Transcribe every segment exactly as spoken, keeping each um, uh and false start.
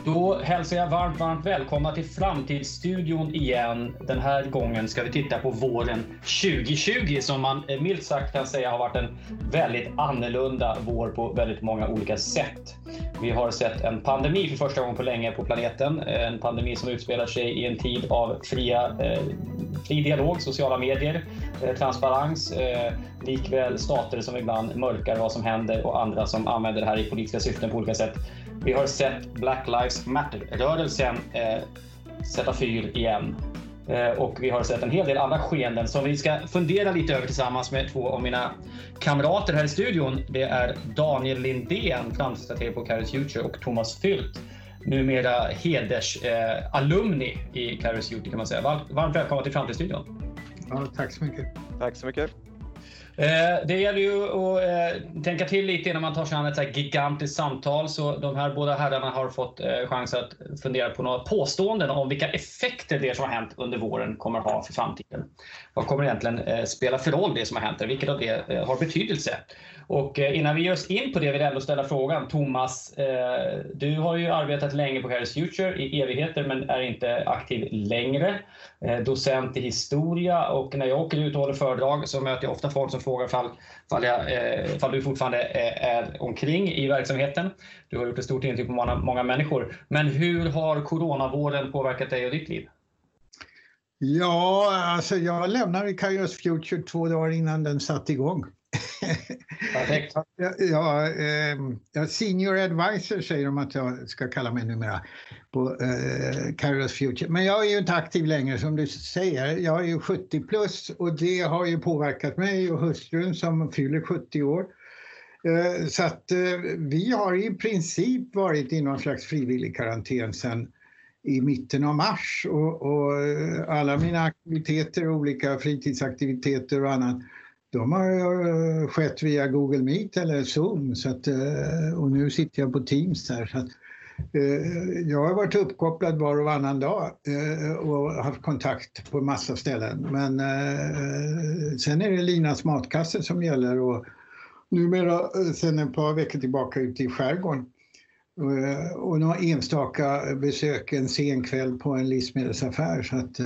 Då hälsar jag varmt, varmt välkomna till Framtidsstudion igen. Den här gången ska vi titta på våren tjugo tjugo som man milt sagt kan säga har varit en väldigt annorlunda vår på väldigt många olika sätt. Vi har sett en pandemi för första gången på länge på planeten. En pandemi som utspelar sig i en tid av fria, eh, fri dialog, sociala medier, eh, transparens, eh, likväl stater som ibland mörkar vad som händer och andra som använder det här i politiska syften på olika sätt. Vi har sett Black Lives Matter-rörelsen eh, sätta fyr igen. Eh, och vi har sett en hel del andra skeenden som vi ska fundera lite över tillsammans med två av mina kamrater här i studion. Det är Daniel Lindén, framtidsstrateg på Kairos Future, och Thomas Fyldt, numera heders eh, alumni i Kairos Future kan man säga. Var, varmt välkomna till Framtidsstudion. Ja, tack så mycket. Tack så mycket. Det gäller ju att eh, tänka till lite innan man tar sig an ett så här gigantiskt samtal, så de här båda herrarna har fått eh, chans att fundera på några påståenden om vilka effekter det som har hänt under våren kommer att ha för framtiden. Vad kommer egentligen eh, spela för roll det som har hänt, vilket av det eh, har betydelse? Och eh, innan vi ger oss in på det vill jag ändå ställa frågan. Thomas, eh, du har ju arbetat länge på Kairos Future i evigheter men är inte aktiv längre. Eh, docent i historia, och när jag åker ut och håller föredrag så möter jag ofta folk som frågar fall, fall, jag, eh, fall du fortfarande är, är omkring i verksamheten. Du har gjort ett stort intryck på många, många människor. Men hur har coronavården påverkat dig och ditt liv? Ja, alltså jag lämnade Kairos Future två dagar innan den satt igång. Perfekt. Ja, eh, senior advisor säger de att jag ska kalla mig numera på eh, Kairos Future. Men jag är ju inte aktiv längre som du säger. Jag är ju sjuttio plus och det har ju påverkat mig och hustrun som fyller sjuttio år. Eh, så att eh, vi har i princip varit i någon slags frivillig karantän sedan i mitten av mars. Och, och alla mina aktiviteter, olika fritidsaktiviteter och annat, de har skett via Google Meet eller Zoom, så att, och nu sitter jag på Teams där. Så att, jag har varit uppkopplad var och varannan dag och haft kontakt på massa ställen. Men sen är det Linas matkasse som gäller, och numera sen ett par veckor tillbaka ute i skärgården. Och några enstaka besök en sen kväll på en livsmedelsaffär. Så att,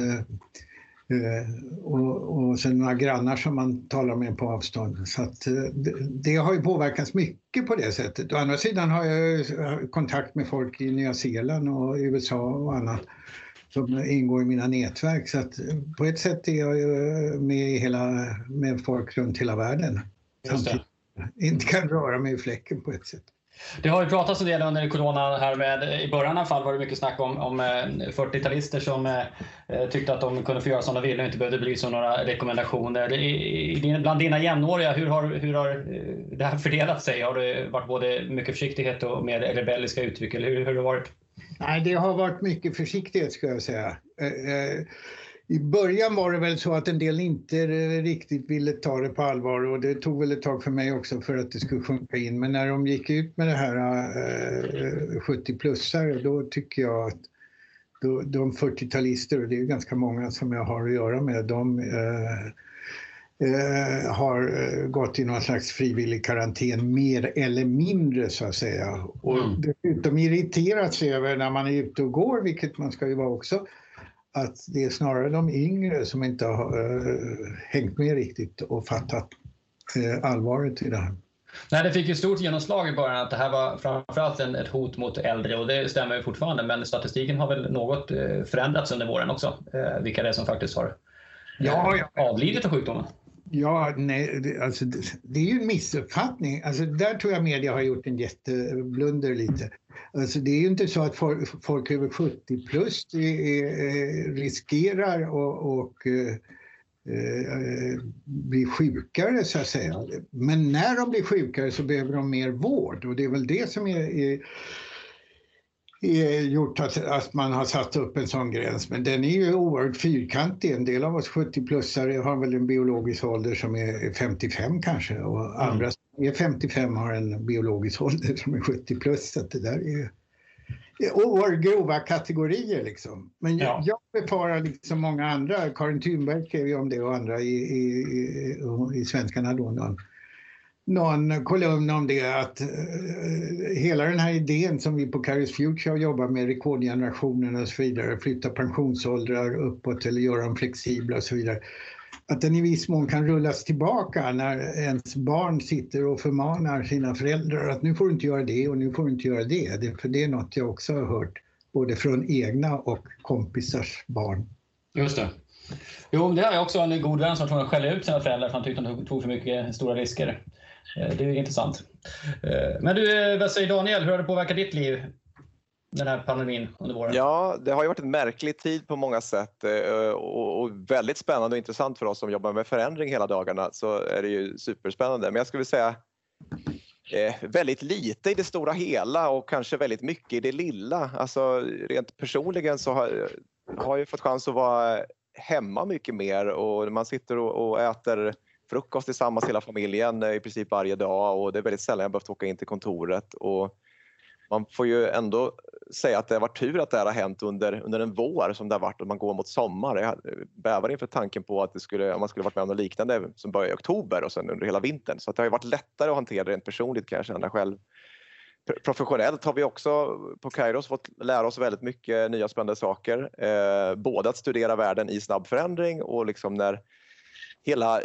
och, och sen några grannar som man talar med på avstånd. Så att det, det har ju påverkats mycket på det sättet. Å andra sidan har jag kontakt med folk i Nya Zeeland och U S A och annat som ingår i mina nätverk. Så att på ett sätt är jag ju med, i hela, med folk runt hela världen. Samtidigt inte kan röra mig i fläcken på ett sätt. Det har ju pratats en del under corona här med, i början i alla fall var det mycket snack om, om fyrtiotalister som eh, tyckte att de kunde få göra som de ville och inte behövde bry sig om några rekommendationer. I, i, bland dina jämnåriga, hur har, hur har det här fördelat sig? Har det varit både mycket försiktighet och mer rebelliska uttryck, eller hur, hur har det varit? Nej, det har varit mycket försiktighet ska jag säga. Eh, eh, I början var det väl så att en del inte riktigt ville ta det på allvar, och det tog väl ett tag för mig också för att det skulle sjunka in. Men när de gick ut med det här eh, sjuttio-plussare, då tycker jag att då, de fyrtiotalister, och det är ganska många som jag har att göra med, de eh, eh, har gått i någon slags frivillig karantän mer eller mindre så att säga. Och mm. dessutom irriterat sig över när man är ute och går, vilket man ska ju vara också, att det är snarare de yngre som inte har uh, hängt med riktigt och fattat uh, allvaret i det här. Nej, det fick ju stort genomslag i början att det här var framförallt en, ett hot mot äldre, och det stämmer ju fortfarande, men statistiken har väl något uh, förändrats under våren också, uh, vilka det är som faktiskt har uh, ja, ja. avlidit av sjukdomen. Ja, nej, det, alltså, det, det är ju en missuppfattning. Alltså, där tror jag media har gjort en jätteblunder lite. Alltså, det är ju inte så att folk, folk över sjuttio plus är, är, riskerar och, och eh, blir sjukare så att säga. Men när de blir sjukare så behöver de mer vård, och det är väl det som är, är gjort att, att man har satt upp en sån gräns. Men den är ju oerhört fyrkantig. En del av oss sjuttio-plussare har väl en biologisk ålder som är femtiofem kanske. Och mm. andra som är femtiofem har en biologisk ålder som är sjuttio plus. Så det där är oerhört grova kategorier liksom. Men ja. jag, jag befarar liksom många andra. Karin Thunberg skrev ju om det och andra i, i, i, i Svenskarna då. någon kolumn om det, att uh, hela den här idén som vi på Kairos Future jobbar med, rekordgenerationen och så vidare, flytta pensionsåldrar uppåt eller göra dem flexibla och så vidare, att den i viss mån kan rullas tillbaka när ens barn sitter och förmanar sina föräldrar att nu får du inte göra det och nu får du inte göra det. det för det är något jag också har hört både från egna och kompisars barn. Just det. Jo, det har jag också en god vän som tror att skälla ut sina föräldrar för att han tyckte att de tog för mycket stora risker. Det är ju intressant. Men du, vad säger Daniel, hur har det påverkat ditt liv, den här pandemin under våren? Ja, det har ju varit en märklig tid på många sätt och väldigt spännande och intressant för oss som jobbar med förändring hela dagarna, så är det ju superspännande. Men jag skulle säga väldigt lite i det stora hela och kanske väldigt mycket i det lilla. Alltså rent personligen så har, har jag fått chans att vara hemma mycket mer och man sitter och, och äter frukost tillsammans hela familjen i princip varje dag, och det är väldigt sällan jag behövt åka in till kontoret, och man får ju ändå säga att det har varit tur att det här har hänt under, under en vår som det har varit, och man går mot sommar. Jag bävar inför tanken på att det skulle, om man skulle varit med om något liknande som börjar i oktober och sen under hela vintern. Så att det har ju varit lättare att hantera rent personligt, kan jag känna själv. Professionellt har vi också på Kairos fått lära oss väldigt mycket nya spännande saker. Eh, både att studera världen i snabb förändring och liksom när hela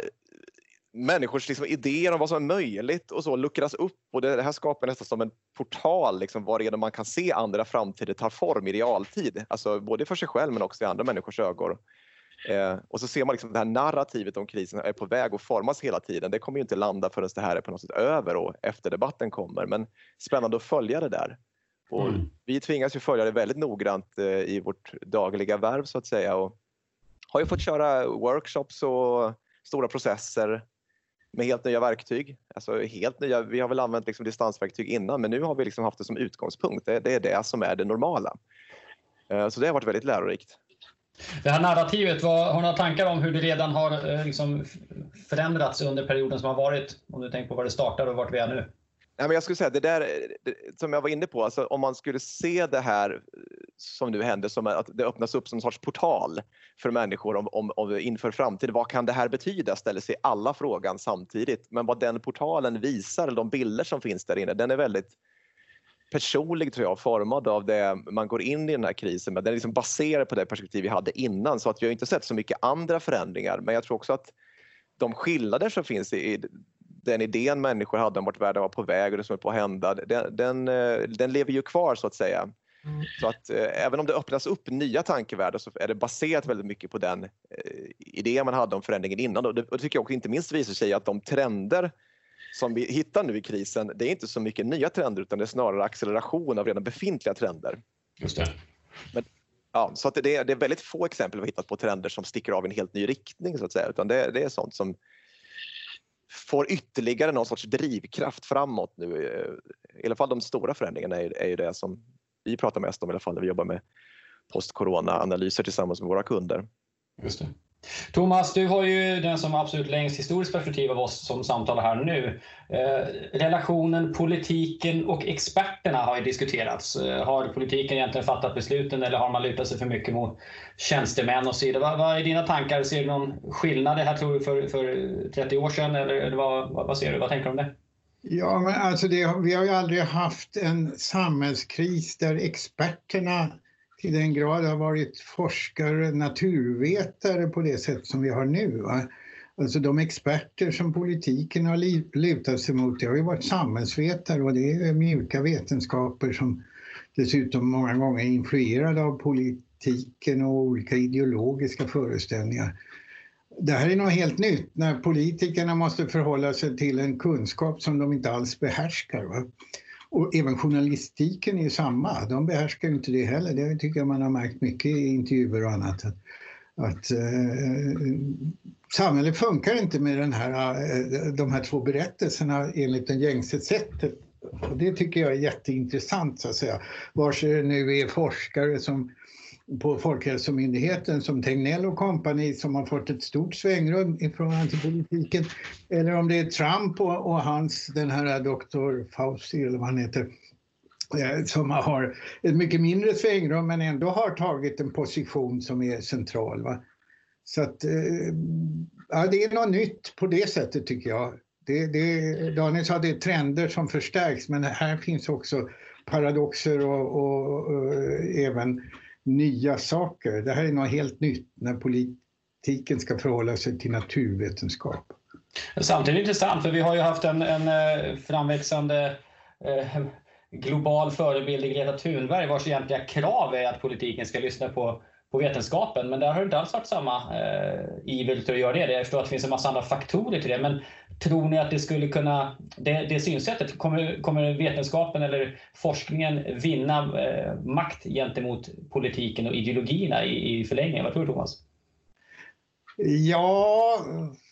människors liksom idéer om vad som är möjligt och så luckras upp, och det här skapar nästan som en portal liksom, varigenom man kan se andra framtider ta form i realtid, alltså både för sig själv men också i andra människors ögon. Eh, och så ser man liksom det här narrativet om krisen är på väg att formas hela tiden. Det kommer ju inte landa förrän det här är på något sätt över och efterdebatten kommer, men spännande att följa det där. Och mm. vi tvingas ju följa det väldigt noggrant eh, i vårt dagliga värv så att säga, och har ju fått köra workshops och stora processer med helt nya verktyg. Alltså helt nya, vi har väl använt liksom distansverktyg innan, men nu har vi liksom haft det som utgångspunkt. Det, det är det som är det normala. Så det har varit väldigt lärorikt. Det här narrativet, vad, har du några tankar om hur det redan har liksom förändrats under perioden som har varit? Om du tänker på var det startade och vart vi är nu. Nej, men jag skulle säga det där det, som jag var inne på, alltså, om man skulle se det här som nu händer som att det öppnas upp som en sorts portal för människor om, om, om inför framtiden. Vad kan det här betyda? Ställer sig alla frågan samtidigt. Men vad den portalen visar, eller de bilder som finns där inne, den är väldigt personlig tror jag, formad av det man går in i den här krisen. Men den är liksom baserad på det perspektiv vi hade innan, så att vi har inte sett så mycket andra förändringar. Men jag tror också att de skillnader som finns i den idén människor hade om vart världen var på väg och det som är på att hända, den, den, den lever ju kvar så att säga. Mm. Så att eh, även om det öppnas upp nya tankevärldar så är det baserat väldigt mycket på den eh, idé man hade om förändringen innan. Och det, och det tycker jag också inte minst visar sig att de trender som vi hittar nu i krisen, det är inte så mycket nya trender utan det är snarare acceleration av redan befintliga trender. Just det. Men, ja, så att det, är, det är väldigt få exempel vi har hittat på trender som sticker av en helt ny riktning så att säga, utan det, det är sånt som får ytterligare någon sorts drivkraft framåt nu. I alla fall de stora förändringarna är, är ju det som vi pratar mest om i alla fall när vi jobbar med post-corona-analyser tillsammans med våra kunder. Just det. Thomas, du har ju den som absolut längst historiskt perspektiv av oss som samtalar här nu. Eh, relationen, politiken och experterna har ju diskuterats. Eh, har politiken egentligen fattat besluten eller har man lutat sig för mycket mot tjänstemän och så vidare? Vad, vad är dina tankar? Ser du någon skillnad det här tror du för, för trettio år sedan? Eller, eller vad, vad, vad ser du? Vad tänker du om det? Ja, men alltså det, vi har ju aldrig haft en samhällskris där experterna till den grad har varit forskare, naturvetare på det sätt som vi har nu. Va? Alltså de experter som politiken har lutat sig mot, det har ju varit samhällsvetare och det är mjuka vetenskaper som dessutom många gånger är influerade av politiken och olika ideologiska föreställningar. Det här är något helt nytt när politikerna måste förhålla sig till en kunskap som de inte alls behärskar. Va? Och även journalistiken är ju samma. De behärskar inte det heller. Det tycker jag man har märkt mycket i intervjuer och annat. Att, att eh, samhället funkar inte med den här, eh, de här två berättelserna enligt det gängse sättet. Och det tycker jag är jätteintressant så att säga. Vare sig det nu är forskare som på Folkhälsomyndigheten som Tegnell och kompani som har fått ett stort svängrum i förhållande till politiken. Eller om det är Trump och, och hans, den här doktor Fauci eller vad han heter, eh, som har ett mycket mindre svängrum men ändå har tagit en position som är central. Va? Så att, eh, ja, det är något nytt på det sättet tycker jag. Det, det, Daniel sa det är trender som förstärks, men här finns också paradoxer och, och, och även nya saker. Det här är något helt nytt när politiken ska förhålla sig till naturvetenskap. Samtidigt intressant, för vi har ju haft en, en framväxande eh, global förebild i Greta Thunberg, vars egentliga krav är att politiken ska lyssna på, på vetenskapen. Men där har det inte alls varit samma eh, iver till att göra det. Jag förstår att det finns en massa andra faktorer till det. Men tror ni att det skulle kunna, det, det synsättet, kommer, kommer vetenskapen eller forskningen vinna eh, makt gentemot politiken och ideologierna i, i förlängningen? Vad tror du, Thomas? Ja...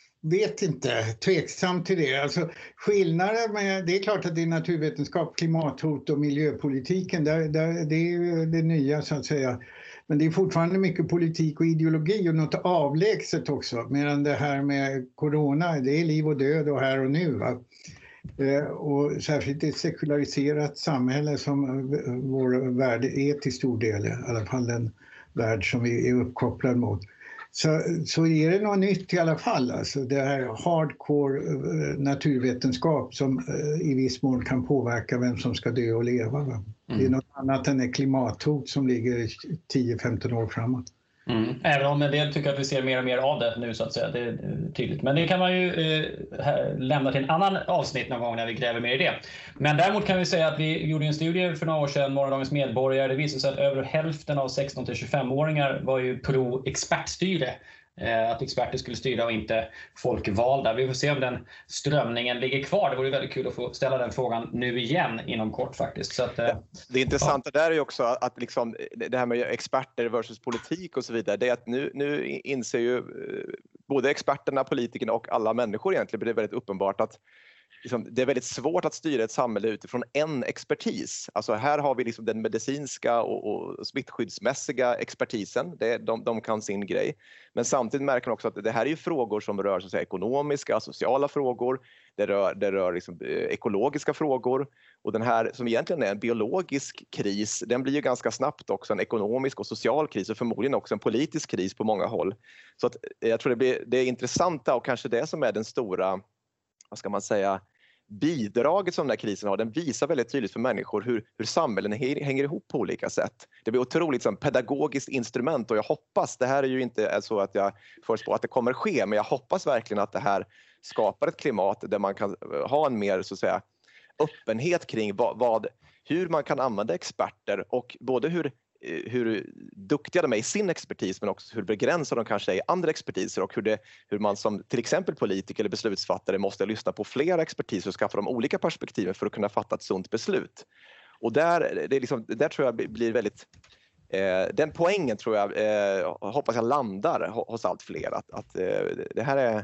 Vet inte, tveksam till det. Alltså, skillnaden med, det är klart att det är naturvetenskap, klimathot och miljöpolitiken, där, där, det är ju det nya så att säga. Men det är fortfarande mycket politik och ideologi och något avlägset också. Medan det här med corona, det är liv och död och här och nu. Va? Eh, och särskilt i ett sekulariserat samhälle som vår värld är till stor del, i alla fall den värld som vi är uppkopplade mot. Så, så är det något nytt i alla fall, alltså det här hardcore eh, naturvetenskap som eh, i viss mån kan påverka vem som ska dö och leva. Va? Mm. Det är något annat än ett klimathot som ligger tio femton år framåt. Mm. Även om en del tycker att vi ser mer och mer av det nu så att säga, det är tydligt. Men det kan man ju eh, lämna till en annan avsnitt någon gång när vi gräver mer i det. Men däremot kan vi säga att vi gjorde en studie för några år sedan, Morgondagens medborgare. Det visade sig att över hälften av sexton till tjugofem-åringar var ju pro-expertstyre. Eh, att experter skulle styra och inte folkvalda. Vi får se om den strömningen ligger kvar. Det vore väldigt kul att få ställa den frågan nu igen inom kort faktiskt. Så att, eh, det intressanta ja. där är ju också att liksom, det här med experter versus politik och så vidare. Det är att nu, nu inser ju både experterna, politikerna och alla människor egentligen, det är väldigt uppenbart att liksom, det är väldigt svårt att styra ett samhälle utifrån en expertis. Alltså här har vi liksom den medicinska och, och smittskyddsmässiga expertisen. Det, de, de kan sin grej. Men samtidigt märker man också att det här är ju frågor som rör så att säga, ekonomiska, sociala frågor. Det rör, det rör liksom, eh, ekologiska frågor. Och den här som egentligen är en biologisk kris, den blir ju ganska snabbt också en ekonomisk och social kris och förmodligen också en politisk kris på många håll. Så att, eh, jag tror det blir det är intressanta och kanske det som är den stora, vad ska man säga, bidraget som den här krisen har, den visar väldigt tydligt för människor hur, hur samhällen hänger ihop på olika sätt. Det blir otroligt som pedagogiskt instrument och jag hoppas, det här är ju inte så att jag förutspår att det kommer ske, men jag hoppas verkligen att det här skapar ett klimat där man kan ha en mer så att säga öppenhet kring vad, vad, hur man kan använda experter och både hur hur duktiga de är i sin expertis men också hur begränsade de kanske är i andra expertiser och hur, det, hur man som till exempel politiker eller beslutsfattare måste lyssna på flera expertiser och skaffa de olika perspektiven för att kunna fatta ett sunt beslut. Och där, det är liksom, där tror jag blir väldigt, eh, den poängen tror jag, eh, hoppas jag landar hos allt fler att, att eh, det här är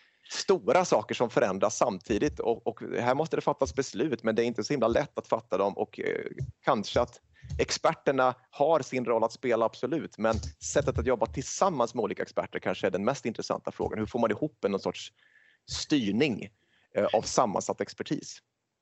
stora saker som förändras samtidigt och, och här måste det fattas beslut men det är inte så himla lätt att fatta dem och eh, kanske att experterna har sin roll att spela absolut, men sättet att jobba tillsammans med olika experter kanske är den mest intressanta frågan. Hur får man ihop en någon sorts styrning eh, av sammansatt expertis?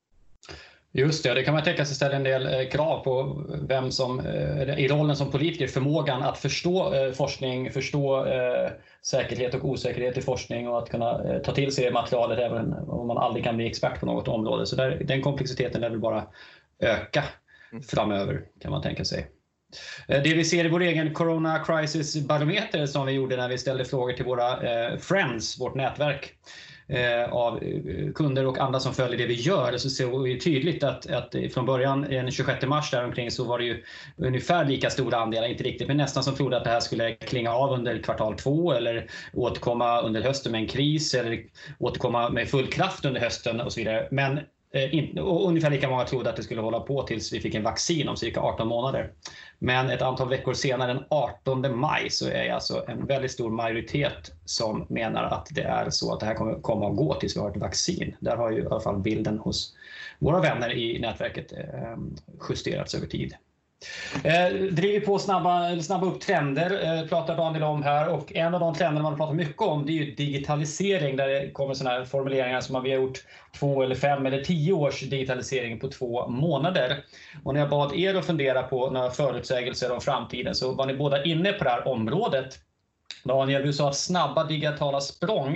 Just det, det kan man tänka sig ställa en del eh, krav på vem som eh, i rollen som politiker, förmågan att förstå eh, forskning, förstå eh, säkerhet och osäkerhet i forskning och att kunna eh, ta till sig materialet även om man aldrig kan bli expert på något område. Så där, den komplexiteten är väl bara öka framöver kan man tänka sig. Det vi ser i vår egen Corona Crisis barometer som vi gjorde när vi ställde frågor till våra eh, friends, vårt nätverk eh, av kunder och andra som följer det vi gör, så ser vi tydligt att, att från början den tjugosjätte mars där omkring så var det ju ungefär lika stora andelar, inte riktigt men nästan som trodde att det här skulle klinga av under kvartal två eller återkomma under hösten med en kris eller återkomma med full kraft under hösten och så vidare. Men och ungefär lika många trodde att det skulle hålla på tills vi fick en vaccin om cirka arton månader. Men ett antal veckor senare, den artonde maj, så är det alltså en väldigt stor majoritet som menar att det är så att det här kommer komma att gå tills vi har ett vaccin. Där har ju i alla fall bilden hos våra vänner i nätverket justerats över tid. Eh, driver på snabba, snabba upp trender, eh, pratar Daniel om här, och en av de trender man pratar mycket om det är ju digitalisering, där det kommer såna här formuleringar som att vi har gjort två eller fem eller tio års digitalisering på två månader. Och när jag bad er att fundera på några förutsägelser om framtiden så var ni båda inne på det här området. Daniel, du sa att snabba digitala språng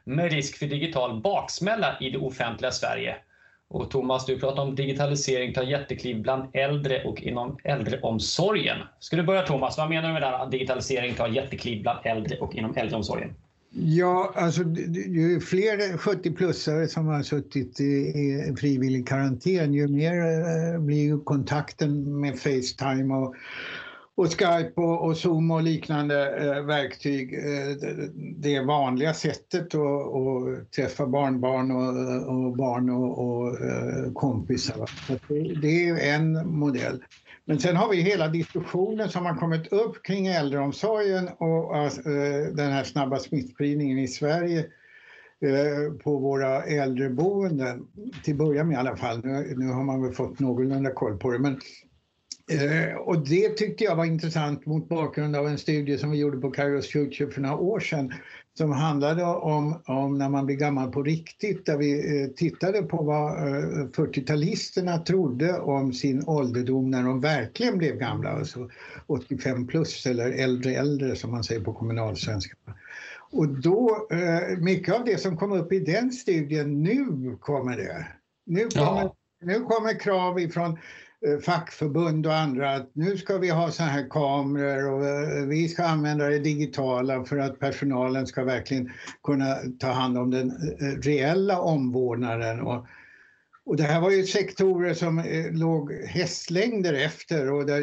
med risk för digital baksmälla i det offentliga Sverige. Och Thomas, du pratar om digitalisering tar jättekliv bland äldre och inom äldreomsorgen. Ska du börja, Thomas? Vad menar du med det här, att digitalisering tar jättekliv bland äldre och inom äldreomsorgen? Ja, alltså ju fler sjuttio-plussare som har suttit i frivillig karantän, ju mer blir ju kontakten med FaceTime och, och Skype och, och Zoom och liknande eh, verktyg eh, det vanliga sättet att, att träffa barnbarn och, och barn och, och eh, kompisar. Så det, det är ju en modell. Men sen har vi hela diskussionen som har kommit upp kring äldreomsorgen och uh, den här snabba smittspridningen i Sverige uh, på våra äldreboenden. Till början med i alla fall. Nu, nu har man väl fått någorlunda koll på det. Men, uh, och det tyckte jag var intressant mot bakgrund av en studie som vi gjorde på Kairos Future för några år sedan. Som handlade om, om när man blir gammal på riktigt, där vi eh, tittade på vad eh, fyrtiotalisterna trodde om sin ålderdom när de verkligen blev gamla, alltså åttiofem plus eller äldre äldre som man säger på kommunalsvenska. Och då, eh, mycket av det som kom upp i den studien, nu kommer det. Nu kommer, ja. nu kommer krav ifrån fackförbund och andra att nu ska vi ha så här kameror och vi ska använda det digitala för att personalen ska verkligen kunna ta hand om den reella omvårdnaden. Och, och det här var ju sektorer som låg hästlängder efter och där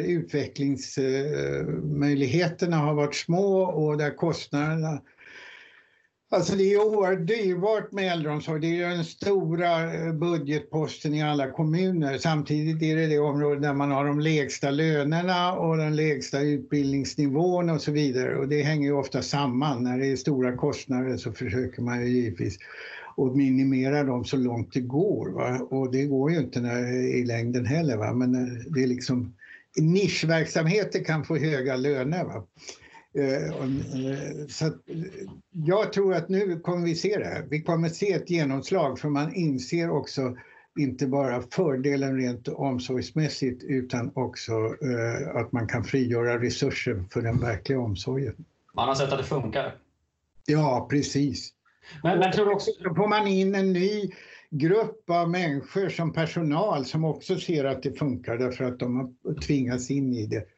utvecklingsmöjligheterna har varit små och där kostnaderna. Alltså det är oerhört dyrbart med äldreomsorg. Det är den stora budgetposten i alla kommuner. Samtidigt är det det område där man har de lägsta lönerna och den lägsta utbildningsnivån och så vidare. Och det hänger ju ofta samman. När det är stora kostnader så försöker man ju givetvis att minimera dem så långt det går. Va? Och det går ju inte när, i längden heller. Va? Men det är liksom nischverksamheter kan få höga löner. Va? Så att jag tror att nu kommer vi se det här. Vi kommer se ett genomslag för man inser också inte bara fördelen rent omsorgsmässigt utan också att man kan frigöra resurser för den verkliga omsorgen. Man har sett att det funkar. Ja, precis. Men, men tror du också... Då får man in en ny grupp av människor som personal som också ser att det funkar därför att de har tvingats in i det.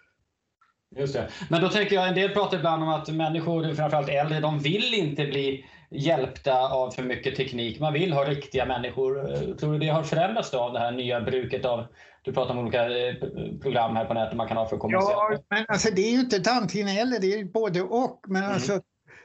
Just det. Men då tänker jag, en del pratar ibland om att människor, framförallt äldre, de vill inte bli hjälpta av för mycket teknik. Man vill ha riktiga människor. Tror du det har förändrats då av det här nya bruket av, du pratar om olika program här på nätet man kan ha för att kommunicera? Ja, men alltså det är ju inte ett antingen eller, det är både och. Men mm. alltså,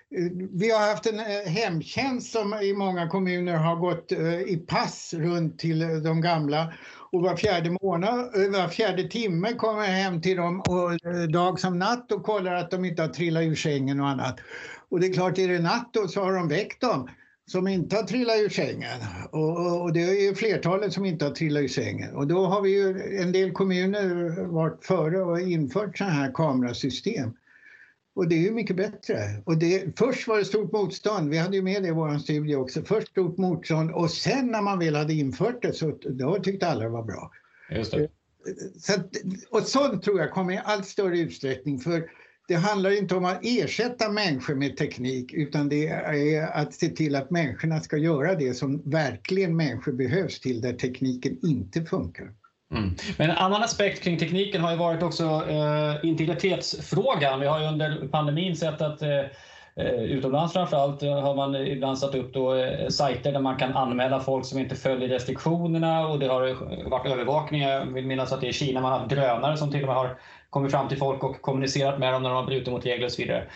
vi har haft en hemtjänst som i många kommuner har gått i pass runt till de gamla. Och var fjärde månad, var fjärde timme kommer hem till dem och dag som natt och kollar att de inte har trillat ur sängen och annat. Och det är klart, är det natt då så har de väckt dem som inte har trillat ur sängen. Och, och det är ju flertalet som inte har trillat ur sängen. Och då har vi ju en del kommuner varit före och infört sådana här kamerasystem. Och det är ju mycket bättre. Och det, först var det stort motstånd, vi hade ju med det i vår studie också. Först stort motstånd och sen när man väl hade infört det så då tyckte alla det var bra. Just det. Så att, och sånt tror jag kommer i allt större utsträckning, för det handlar inte om att ersätta människor med teknik utan det är att se till att människorna ska göra det som verkligen människor behövs till där tekniken inte funkar. Mm. Men en annan aspekt kring tekniken har ju varit också eh, integritetsfrågan. Vi har ju under pandemin sett att eh, utomlands framförallt har man ibland satt upp då, eh, sajter där man kan anmäla folk som inte följer restriktionerna, och det har varit övervakning. Jag vill minnas att det är i Kina man har haft drönare som till och med har kommit fram till folk och kommunicerat med dem när de har brutit mot regler och så vidare.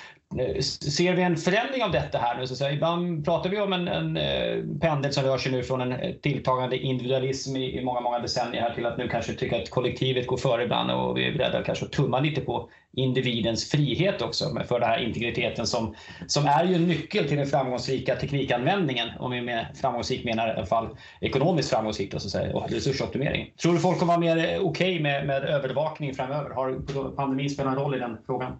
Ser vi en förändring av detta här nu? Så att säga, ibland pratar vi om en, en pendel som rör sig nu från en tilltagande individualism i, i många, många decennier här till att nu kanske tycka att kollektivet går före ibland, och vi är beredda kanske att tumma lite på individens frihet också för den här integriteten som, som är ju en nyckel till den framgångsrika teknikanvändningen, om vi med framgångsrik menar i alla fall ekonomiskt framgångsrikt och, så att säga, och resursoptimering. Tror du folk kommer vara mer okej okay med, med övervakning framöver? Har pandemin spelat en roll i den frågan?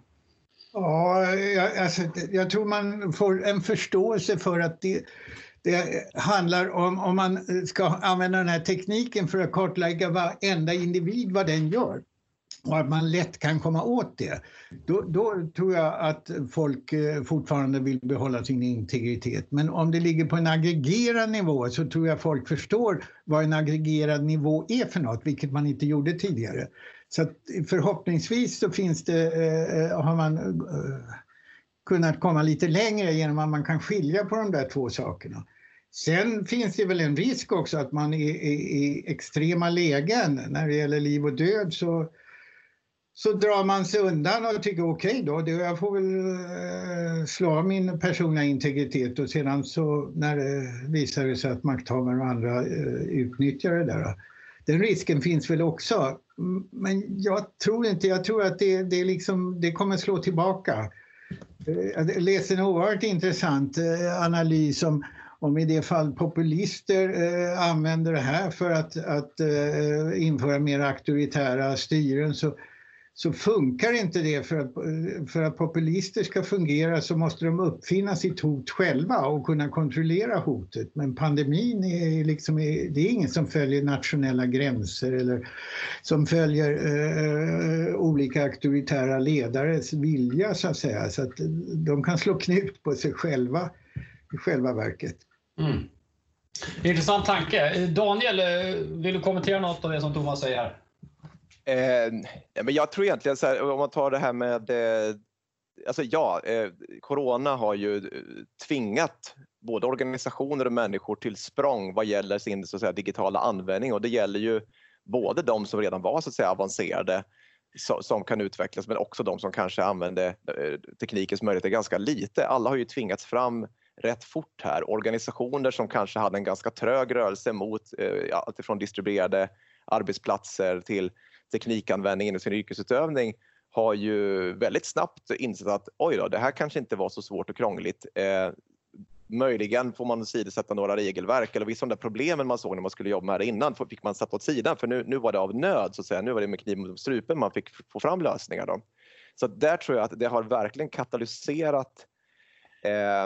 Ja, jag, alltså, jag tror man får en förståelse för att det, det handlar om, om man ska använda den här tekniken för att kartlägga varenda individ vad den gör. och att man lätt kan komma åt det, då, då tror jag att folk fortfarande vill behålla sin integritet. Men om det ligger på en aggregerad nivå så tror jag folk förstår vad en aggregerad nivå är för något, vilket man inte gjorde tidigare. Så att förhoppningsvis så finns det, eh, har man eh, kunnat komma lite längre genom att man kan skilja på de där två sakerna. Sen finns det väl en risk också att man i, i, i extrema lägen när det gäller liv och död så, så drar man sig undan och tycker okej okay då, det, jag får väl eh, slå av min personliga integritet och sedan så när det visar sig att makthavare och andra eh, utnyttjar det där. Den risken finns väl också, men jag tror inte, jag tror att det, det, liksom, det kommer slå tillbaka. Jag läste en oerhört intressant eh, analys om Om i det fall populister eh, använder det här för att, att eh, införa mer auktoritära styren så, så funkar inte det. För att, för att populister ska fungera så måste de uppfinna sitt hot själva och kunna kontrollera hotet. Men pandemin är, liksom, det är ingen som följer nationella gränser eller som följer eh, olika auktoritära ledares vilja så att säga. Så att de kan slå knut på sig själva i själva verket. Mm. Intressant tanke. Daniel, vill du kommentera något av det som Thomas säger här? Eh, men jag tror egentligen så här, om man tar det här med eh, alltså ja, eh, corona har ju tvingat både organisationer och människor till språng vad gäller sin så att säga, digitala användning, och det gäller ju både de som redan var så att säga avancerade så, som kan utvecklas, men också de som kanske använde eh, teknikens möjligheter ganska lite. Alla har ju tvingats fram rätt fort här. Organisationer som kanske hade en ganska trög rörelse mot eh, allt från distribuerade arbetsplatser till teknikanvändning inom sin yrkesutövning har ju väldigt snabbt insett att oj då, det här kanske inte var så svårt och krångligt. Eh, möjligen får man sidosätta några regelverk eller vissa av de där problemen man såg när man skulle jobba med det innan fick man sätta åt sidan, för nu, nu var det av nöd så att säga. Nu var det med kniven mot strupen man fick få fram lösningar då. Så där tror jag att det har verkligen katalyserat eh,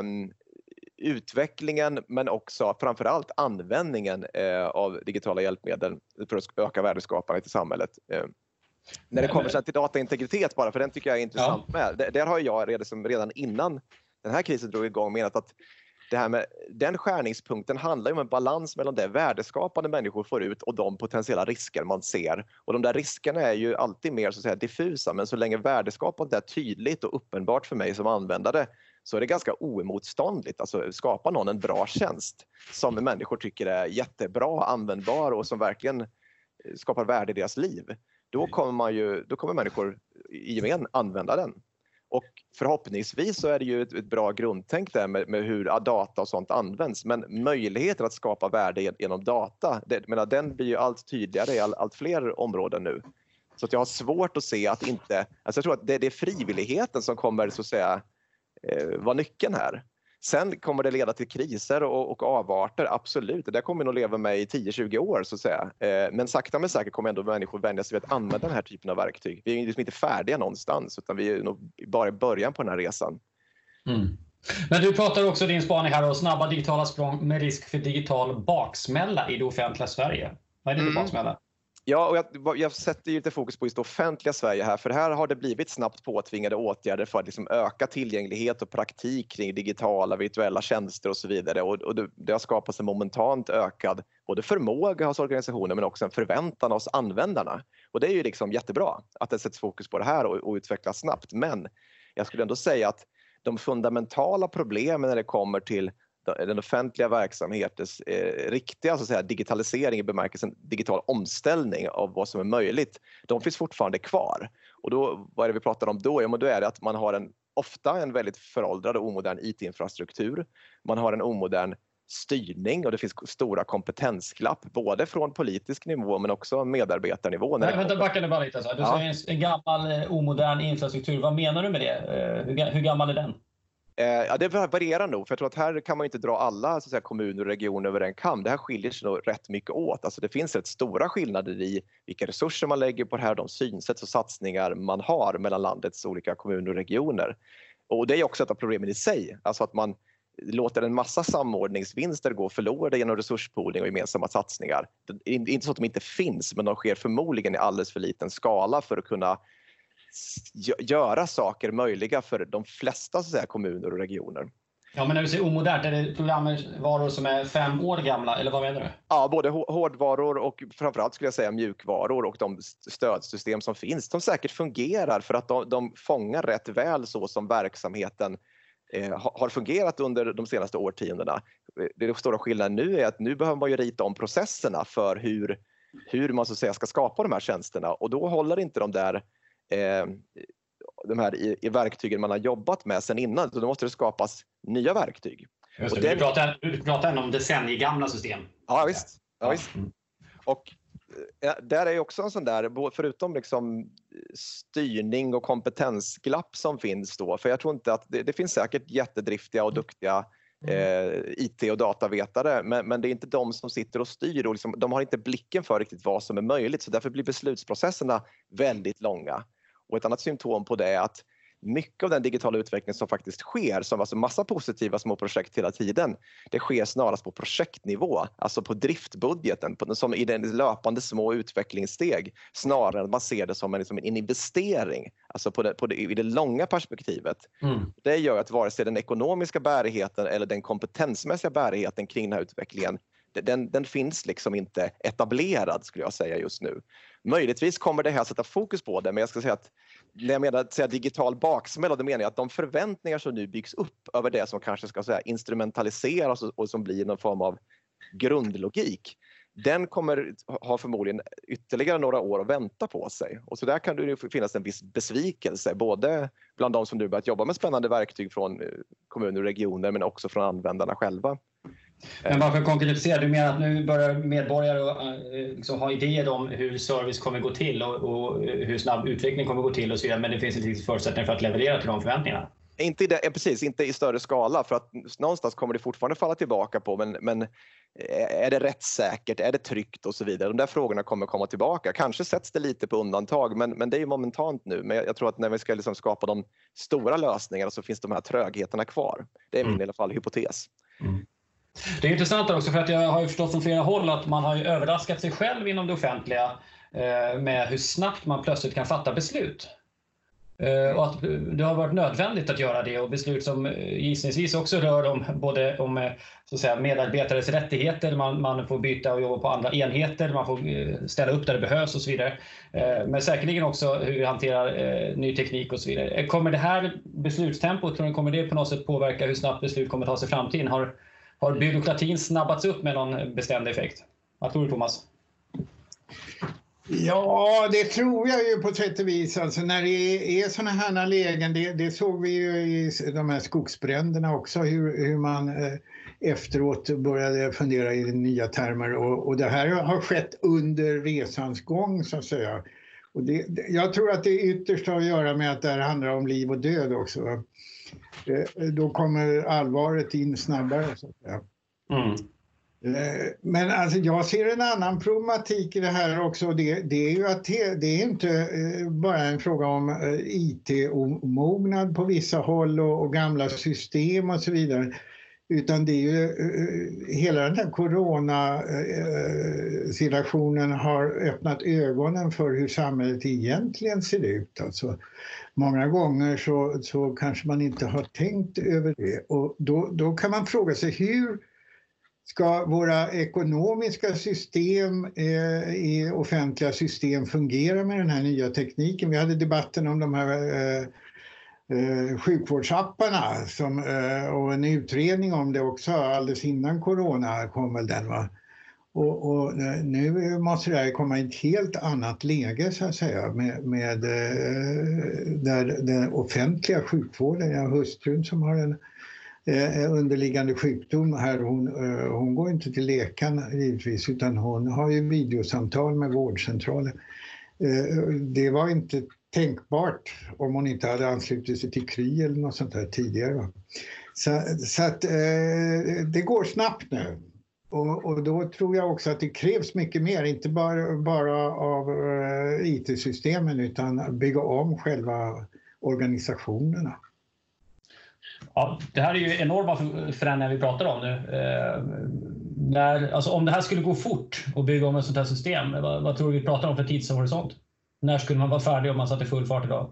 utvecklingen, men också framförallt användningen eh, av digitala hjälpmedel för att öka värdeskapandet i samhället. Eh, när det kommer till dataintegritet bara, för den tycker jag är intressant ja. med. Där, där har jag redan, redan innan den här krisen drog igång menat att det här med den skärningspunkten handlar om en balans mellan det värdeskapande människor får ut och de potentiella risker man ser. Och de där riskerna är ju alltid mer så att säga diffusa, men så länge värdeskapandet är tydligt och uppenbart för mig som användare så är det ganska oemotståndligt. Alltså skapa någon en bra tjänst som människor tycker är jättebra, användbar och som verkligen skapar värde i deras liv. Då kommer, man ju, då kommer människor i gemen använda den. Och förhoppningsvis så är det ju ett, ett bra grundtänk där med, med hur data och sånt används. Men möjligheter att skapa värde genom data, det, menar, den blir ju allt tydligare i all, allt fler områden nu. Så att jag har svårt att se att inte... Alltså jag tror att det, det är frivilligheten som kommer så att säga eh, vara nyckeln här. Sen kommer det leda till kriser och, och avarter, absolut. Det där kommer nog leva med i tio till tjugo år så att säga. Eh, men sakta men säkert kommer ändå människor vänja sig vid att använda den här typen av verktyg. Vi är liksom inte färdiga någonstans, utan vi är nog bara i början på den här resan. Mm. Men du pratar också din spaning här om snabba digitala språng med risk för digital baksmälla i det offentliga Sverige. Vad är det för mm. baksmälla? Ja, och jag, jag sätter ju lite fokus på just offentliga Sverige här, för här har det blivit snabbt påtvingade åtgärder för att liksom öka tillgänglighet och praktik kring digitala virtuella tjänster och så vidare, och, och det, det har skapats en momentant ökad både förmåga hos organisationer men också en förväntan hos användarna, och det är ju liksom jättebra att det sätts fokus på det här och, och utvecklas snabbt. Men jag skulle ändå säga att de fundamentala problemen när det kommer till den offentliga verksamhetens eh, riktiga så att säga, digitalisering i bemärkelsen digital omställning av vad som är möjligt, de finns fortfarande kvar. Och då, vad är det vi pratar om då? Ja, men då är det att man har en, ofta en väldigt föråldrad och omodern I T-infrastruktur. Man har en omodern styrning och det finns stora kompetensglapp både från politisk nivå men också medarbetarnivå. Nej, vänta, backa nu bara lite. Så. Du ja. säger en, en gammal omodern infrastruktur. Vad menar du med det? Hur, hur gammal är den? Ja, det varierar nog, för jag tror att här kan man inte dra alla så att säga, kommuner och regioner över en kam. Det här skiljer sig nog rätt mycket åt. Alltså det finns rätt stora skillnader i vilka resurser man lägger på det här, de synsätt och satsningar man har mellan landets olika kommuner och regioner. Och det är också ett av problemen i sig. Alltså att man låter en massa samordningsvinster gå förlorade genom resurspooling och gemensamma satsningar. Det är inte så att de inte finns, men de sker förmodligen i alldeles för liten skala för att kunna göra saker möjliga för de flesta så att säga, kommuner och regioner. Ja, men när du säger omodernt, är det programvaror som är fem år gamla, eller vad menar du? Ja, både hårdvaror och framförallt skulle jag säga mjukvaror och de stödsystem som finns. De säkert fungerar för att de, de fångar rätt väl så som verksamheten eh, har fungerat under de senaste årtiondena. Det stora skillnaden nu är att nu behöver man ju rita om processerna för hur, hur man så att säga ska skapa de här tjänsterna, och då håller inte de där eh, de här i, i verktygen man har jobbat med sedan innan, så då måste det skapas nya verktyg. Just det, och den... du pratar, du pratar om decenniegamla system. Ja visst, ja, visst. Och ja, där är också en sån där, förutom liksom styrning och kompetensglapp som finns då, för jag tror inte att det, det finns säkert jättedriftiga och duktiga eh, I T- och datavetare, men, men det är inte de som sitter och styr, och liksom, de har inte blicken för riktigt vad som är möjligt, så därför blir beslutsprocesserna väldigt långa. Och ett annat symptom på det är att mycket av den digitala utvecklingen som faktiskt sker, som alltså massa positiva små projekt hela tiden, det sker snarast på projektnivå, alltså på driftbudgeten, på, som i den löpande små utvecklingssteg, snarare än att man ser det som en, liksom en investering, alltså på det, på det, i det långa perspektivet. Mm. Det gör att vare sig den ekonomiska bärigheten eller den kompetensmässiga bärigheten kring den här utvecklingen, Den, den finns liksom inte etablerad, skulle jag säga just nu. Möjligtvis kommer det här sätta fokus på det, men jag ska säga att när jag menar att säga digital baksmälla, då menar jag att de förväntningar som nu byggs upp över det som kanske ska säga instrumentaliseras och, och som blir någon form av grundlogik, den kommer ha förmodligen ytterligare några år att vänta på sig. Och så där kan det ju finnas en viss besvikelse, både bland de som nu börjat jobba med spännande verktyg från kommuner och regioner, men också från användarna själva. Men varför konkretisera? Du menar att nu börjar medborgare liksom ha idéer om hur service kommer gå till och, och hur snabb utveckling kommer gå till och så vidare, men det finns inte riktigt förutsättningar för att leverera till de förväntningarna? Inte i det, precis, inte i större skala, för att någonstans kommer det fortfarande falla tillbaka på, men, men är det rättssäkert, är det tryggt och så vidare? De där frågorna kommer komma tillbaka. Kanske sätts det lite på undantag, men, men det är ju momentant nu. Men jag tror att när vi ska liksom skapa de stora lösningarna så finns de här trögheterna kvar. Det är min mm. i alla fall hypotes. Mm. Det är intressant också, för att jag har ju förstått från flera håll att man har ju överraskat sig själv inom det offentliga med hur snabbt man plötsligt kan fatta beslut. Och att det har varit nödvändigt att göra det, och beslut som gissningsvis också rör om både om så att säga, medarbetares rättigheter, man, man får byta och jobba på andra enheter, man får ställa upp där det behövs och så vidare. Men säkerligen också hur vi hanterar ny teknik och så vidare. Kommer det här beslutstempot, tror ni, kommer det på något sätt påverka hur snabbt beslut kommer tas i framtiden? Har, har byråkratin snabbats upp med någon bestämd effekt? Vad tror du, Thomas? Ja, det tror jag ju på sätt och vis. Alltså när det är sådana här lägen, det, det såg vi ju i de här skogsbränderna också, hur, hur man eh, efteråt började fundera i nya termer. Och, och det här har skett under resans gång, så att säga. Och det, jag tror att det ytterst har att göra med att det här handlar om liv och död också. Eh, då kommer allvaret in snabbare, så att säga. Mm. Men alltså jag ser en annan problematik i det här också. Det, det är ju att det, det är inte bara en fråga om I T-omognad på vissa håll och, och gamla system och så vidare. Utan det är ju hela den här coronasituationen har öppnat ögonen för hur samhället egentligen ser ut. Alltså, många gånger så, så kanske man inte har tänkt över det. Och då, då kan man fråga sig, hur ska våra ekonomiska system, eh, i offentliga system fungera med den här nya tekniken? Vi hade debatten om de här eh, eh, sjukvårdsapparna som, eh, och en utredning om det också alldeles innan corona kom väl den, va? Och, och nu måste det här komma i ett helt annat läge, så att säga, med, med eh, där den offentliga sjukvården, jag har hustrun som har en underliggande sjukdom här, hon, hon går inte till läkaren givetvis, utan hon har ju videosamtal med vårdcentralen. Det var inte tänkbart om hon inte hade anslutit sig till Kry eller något sånt där tidigare. Så, så att det går snabbt nu. Och, och då tror jag också att det krävs mycket mer, inte bara, bara av I T-systemen, utan bygga om själva organisationerna. Ja, det här är ju enorma förändringar vi pratar om nu. Eh, när, alltså om det här skulle gå fort och bygga om ett sånt här system, vad, vad tror du vi pratar om för tidshorisont? När skulle man vara färdig om man satte full fart idag?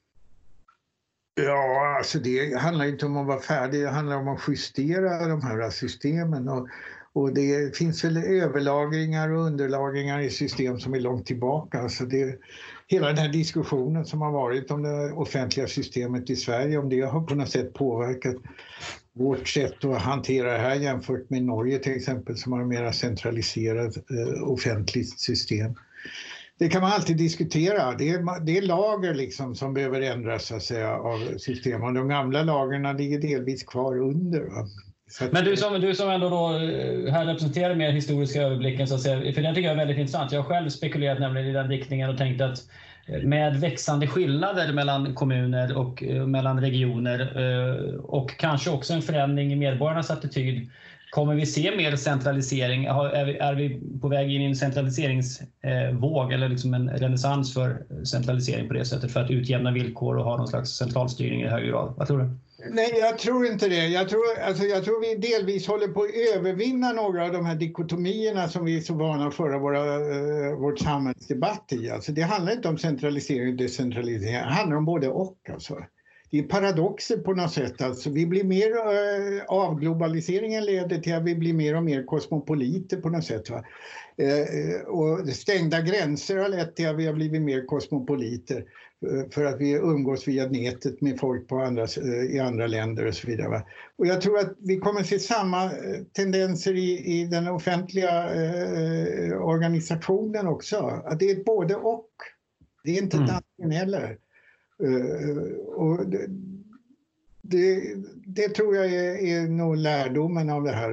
Ja, alltså det handlar inte om att vara färdig, det handlar om att justera de här systemen. Och, och det finns väl överlagringar och underlagringar i system som är långt tillbaka. Alltså det, hela den här diskussionen som har varit om det offentliga systemet i Sverige, om det har på något sätt påverkat vårt sätt att hantera det här jämfört med Norge till exempel, som har ett mer centraliserat eh, offentligt system. Det kan man alltid diskutera. Det är, det är lager liksom som behöver ändras så att säga, av system. Och de gamla lagerna ligger delvis kvar under. Va? Att... Men du som, du som ändå då här representerar mer historiska överblicken, så att säga, för det tycker jag är väldigt intressant. Jag har själv spekulerat nämligen i den riktningen och tänkt att med växande skillnader mellan kommuner och mellan regioner och kanske också en förändring i medborgarnas attityd, kommer vi se mer centralisering? Är vi, är vi på väg in i en centraliseringsvåg eller liksom en renässans för centralisering på det sättet för att utjämna villkor och ha någon slags centralstyrning i högre grad? Vad tror du? Nej, jag tror inte det. Jag tror, alltså, jag tror vi delvis håller på att övervinna några av de här dikotomierna som vi är så vana att föra våra, uh, vårt samhällsdebatt i. Alltså, det handlar inte om centralisering och decentralisering, det handlar om både och. Alltså. Det är paradoxer på något sätt. Alltså, vi blir mer, uh, avglobaliseringen leder till att vi blir mer och mer kosmopoliter på något sätt. Va? Uh, och stängda gränser har lett till att vi har blivit mer kosmopoliter. För att vi umgås via nätet med folk på andra, i andra länder och så vidare. Va? Och jag tror att vi kommer se samma tendenser i, i den offentliga eh, organisationen också. Att det är både och. Det är inte mm. ett antingen heller. Uh, och det, det, det tror jag är, är nog lärdomen av det här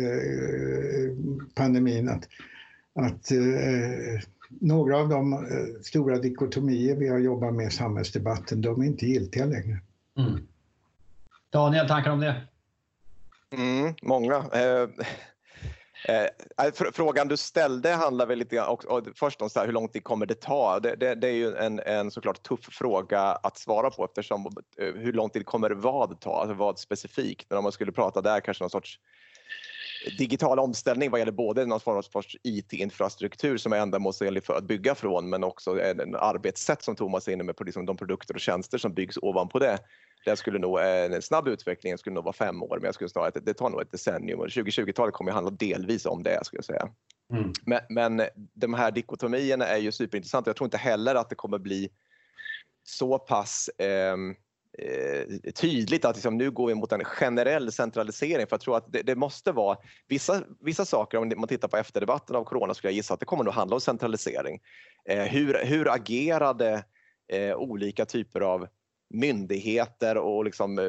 uh, pandemin. Att, att uh, några av de uh, stora dikotomier vi har jobbat med i samhällsdebatten, de är inte giltiga längre. Mm. Daniel, tankar om det? Mm, många. Uh... Eh, frågan du ställde handlar väl lite och, och först om så här, hur lång tid kommer det ta? Det, det, det är ju en, en såklart tuff fråga att svara på, eftersom eh, hur lång tid kommer vad ta? Alltså vad specifikt? Men om man skulle prata där kanske någon sorts digital omställning vad gäller både någon form av I T-infrastruktur som är ändamålsenlig för att bygga från, men också en arbetssätt som Thomas är inne med på liksom de produkter och tjänster som byggs ovanpå det. Det skulle nog, en snabb utveckling skulle nog vara fem år, men jag skulle säga att det tar nog ett decennium. Och tjugohundratjugotalet kommer att handla delvis om det, skulle jag säga. Mm. Men, men de här dikotomierna är ju superintressanta. Jag tror inte heller att det kommer bli så pass eh, eh, tydligt att liksom, nu går vi mot en generell centralisering. För jag tror att det, det måste vara vissa, vissa saker, om man tittar på efterdebatten av corona skulle jag gissa att det kommer nog handla om centralisering. Eh, hur, hur agerade eh, olika typer av myndigheter och liksom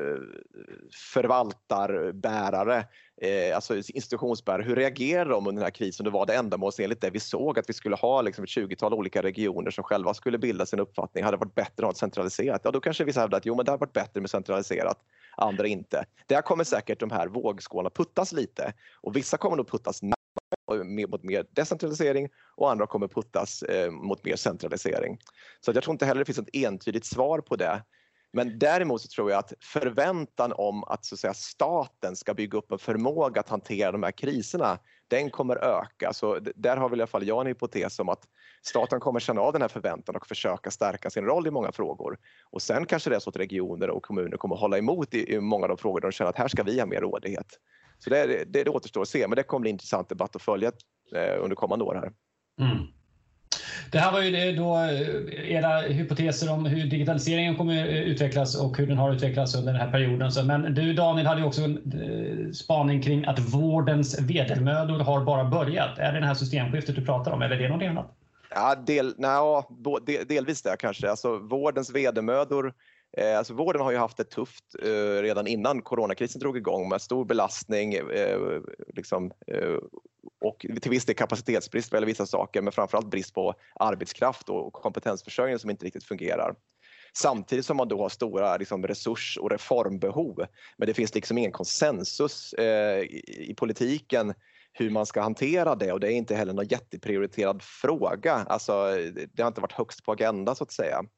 förvaltarbärare, eh, alltså institutionsbärare, hur reagerar de under den här krisen? Det var det ändamålsenligt det vi såg, att vi skulle ha liksom ett tjugotal olika regioner som själva skulle bilda sin uppfattning. Hade det varit bättre att ha centraliserat? Ja, då kanske vissa hävdar att jo, men det har varit bättre med centraliserat, andra inte. Där kommer säkert de här vågskålarna puttas lite, och vissa kommer nog puttas mot mer decentralisering och andra kommer puttas eh, mot mer centralisering. Så jag tror inte heller det finns ett entydigt svar på det. Men däremot så tror jag att förväntan om att, så att säga, staten ska bygga upp en förmåga att hantera de här kriserna, den kommer öka. Så där har väl i alla fall jag en hypotes om att staten kommer känna av den här förväntan och försöka stärka sin roll i många frågor. Och sen kanske det är så att regioner och kommuner kommer hålla emot i, i många av de frågor där de känner att här ska vi ha mer rådighet. Så det, det, det återstår att se, men det kommer bli en intressant debatt att följa eh, under kommande år här. Mm. Det här var ju då era hypoteser om hur digitaliseringen kommer utvecklas och hur den har utvecklats under den här perioden. Men du, Daniel, hade ju också en spaning kring att vårdens vedermödor har bara börjat. Är det det här systemskiftet du pratar om, eller är det någonting annat? Ja, del, nej, del, delvis det kanske. Alltså vårdens vedermödor. Eh, alltså vården har ju haft det tufft eh, redan innan coronakrisen drog igång med stor belastning eh, liksom, eh, och till viss del kapacitetsbrist eller vissa saker, men framförallt brist på arbetskraft och kompetensförsörjning som inte riktigt fungerar. Samtidigt som man då har stora liksom, resurs- och reformbehov, men det finns liksom ingen konsensus eh, i, i politiken hur man ska hantera det, och det är inte heller någon jätteprioriterad fråga. Alltså, det har inte varit högst på agenda så att säga.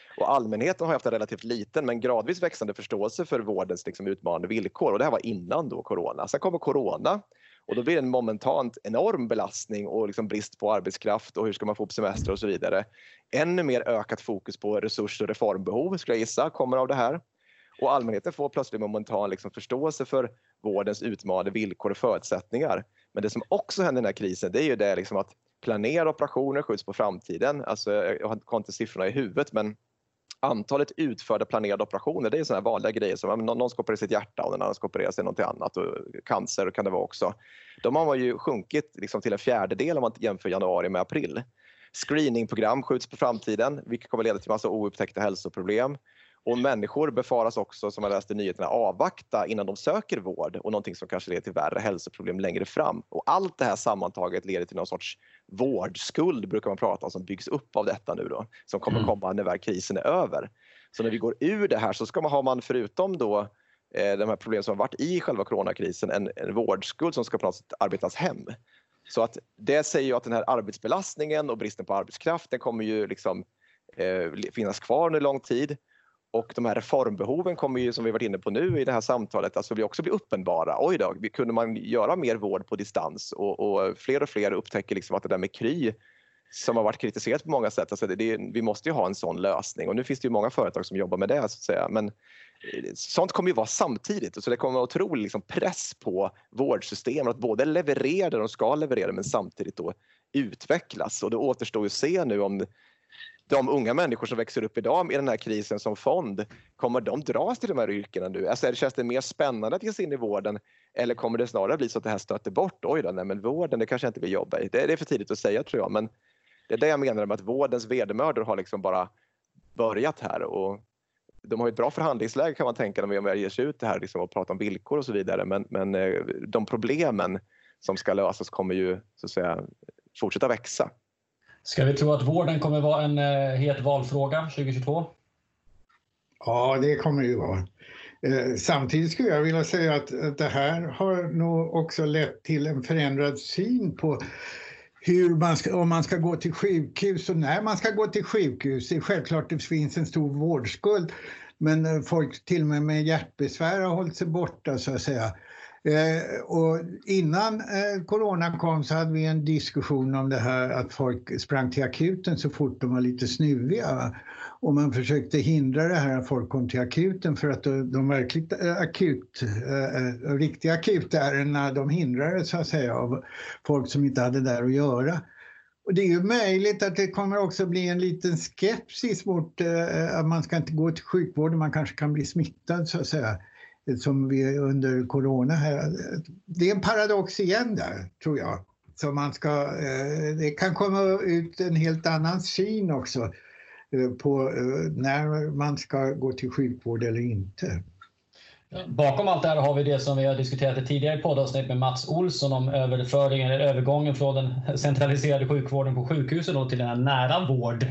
Och allmänheten har haft en relativt liten men gradvis växande förståelse för vårdens liksom utmanande villkor. Och det här var innan då corona. Sen kommer corona och då blir det en momentant enorm belastning och liksom brist på arbetskraft och hur ska man få upp semester och så vidare. Ännu mer ökat fokus på resurs- och reformbehov skulle jag gissa kommer av det här. Och allmänheten får plötsligt momentan liksom förståelse för vårdens utmanande villkor och förutsättningar. Men det som också händer i den här krisen, det är ju det liksom att planera operationer skjuts på framtiden. Alltså, jag har inte siffrorna i huvudet, men antalet utförda planerade operationer, det är sådana här vanliga grejer som någon ska operera sitt hjärta och någon annan ska operera sig något annat, och cancer kan det vara också. De har ju sjunkit liksom till en fjärdedel om man jämför januari med april. Screeningprogram skjuts på framtiden, vilket kommer leda till massa oupptäckta hälsoproblem. Och människor befaras också, som jag läste i nyheterna, avvakta innan de söker vård och någonting som kanske leder till värre hälsoproblem längre fram. Och allt det här sammantaget leder till någon sorts vårdskuld, brukar man prata om, som byggs upp av detta nu då, som kommer komma när väl krisen är över. Så när vi går ur det här så ska man ha, man förutom då eh, de här problemen som har varit i själva coronakrisen, en, en vårdskuld som ska på något sätt arbetas hem. Så att det säger ju att den här arbetsbelastningen och bristen på arbetskraft, den kommer ju liksom eh, finnas kvar under lång tid. Och de här reformbehoven kommer ju, som vi varit inne på nu i det här samtalet, alltså bli också bli uppenbara. Oj då, kunde man göra mer vård på distans? Och, och fler och fler upptäcker liksom att det där med kry, som har varit kritiserat på många sätt, alltså det, det, vi måste ju ha en sån lösning. Och nu finns det ju många företag som jobbar med det, så att säga. Men sånt kommer ju vara samtidigt. Så det kommer att vara otrolig liksom press på vårdsystemen att både leverera det de ska leverera, men samtidigt då utvecklas. Och det återstår ju att se nu om de unga människor som växer upp idag i den här krisen som fond, kommer de dras till de här yrkena nu? Alltså, känns det mer spännande att ge sig in i vården, eller kommer det snarare bli så att det här stöter bort? Oj då, nej, men vården, det kanske inte vill jobba i. Det, det är för tidigt att säga, tror jag. Men det är det jag menar med att vårdens vedermödor har liksom bara börjat här. Och de har ett bra förhandlingsläge, kan man tänka, när vi ger sig ut det här liksom, och pratar om villkor och så vidare. Men, men de problemen som ska lösas kommer ju, så att säga, fortsätta växa. Ska vi tro att vården kommer vara en eh, het valfråga tjugohundratjugotvå? Ja, det kommer det ju vara. Eh, samtidigt skulle jag vilja säga att, att det här har nog också lett till en förändrad syn på hur man ska, om man ska gå till sjukhus och när man ska gå till sjukhus. Det är självklart att det finns en stor vårdskuld, men folk till och med med hjärtbesvär har hållit sig borta, så att säga. Eh, och innan eh, corona kom så hade vi en diskussion om det här att folk sprang till akuten så fort de var lite snuviga. Och man försökte hindra det här att folk kom till akuten, för att de, de verkligt eh, akut, eh, riktiga akutärendena, de hindrades, så att säga, av folk som inte hade där att göra. Och det är ju möjligt att det kommer också bli en liten skepsis mot eh, att man ska inte gå till sjukvården, man kanske kan bli smittad, så att säga, som vi under corona här. Det är en paradox igen där, tror jag. Så man ska, eh, det kan komma ut en helt annan syn också eh, på eh, när man ska gå till sjukvård eller inte. Bakom allt det här har vi det som vi har diskuterat i tidigare poddavsnitt med Mats Olsson om överföringen eller övergången från den centraliserade sjukvården på sjukhusen då till den här nära vård.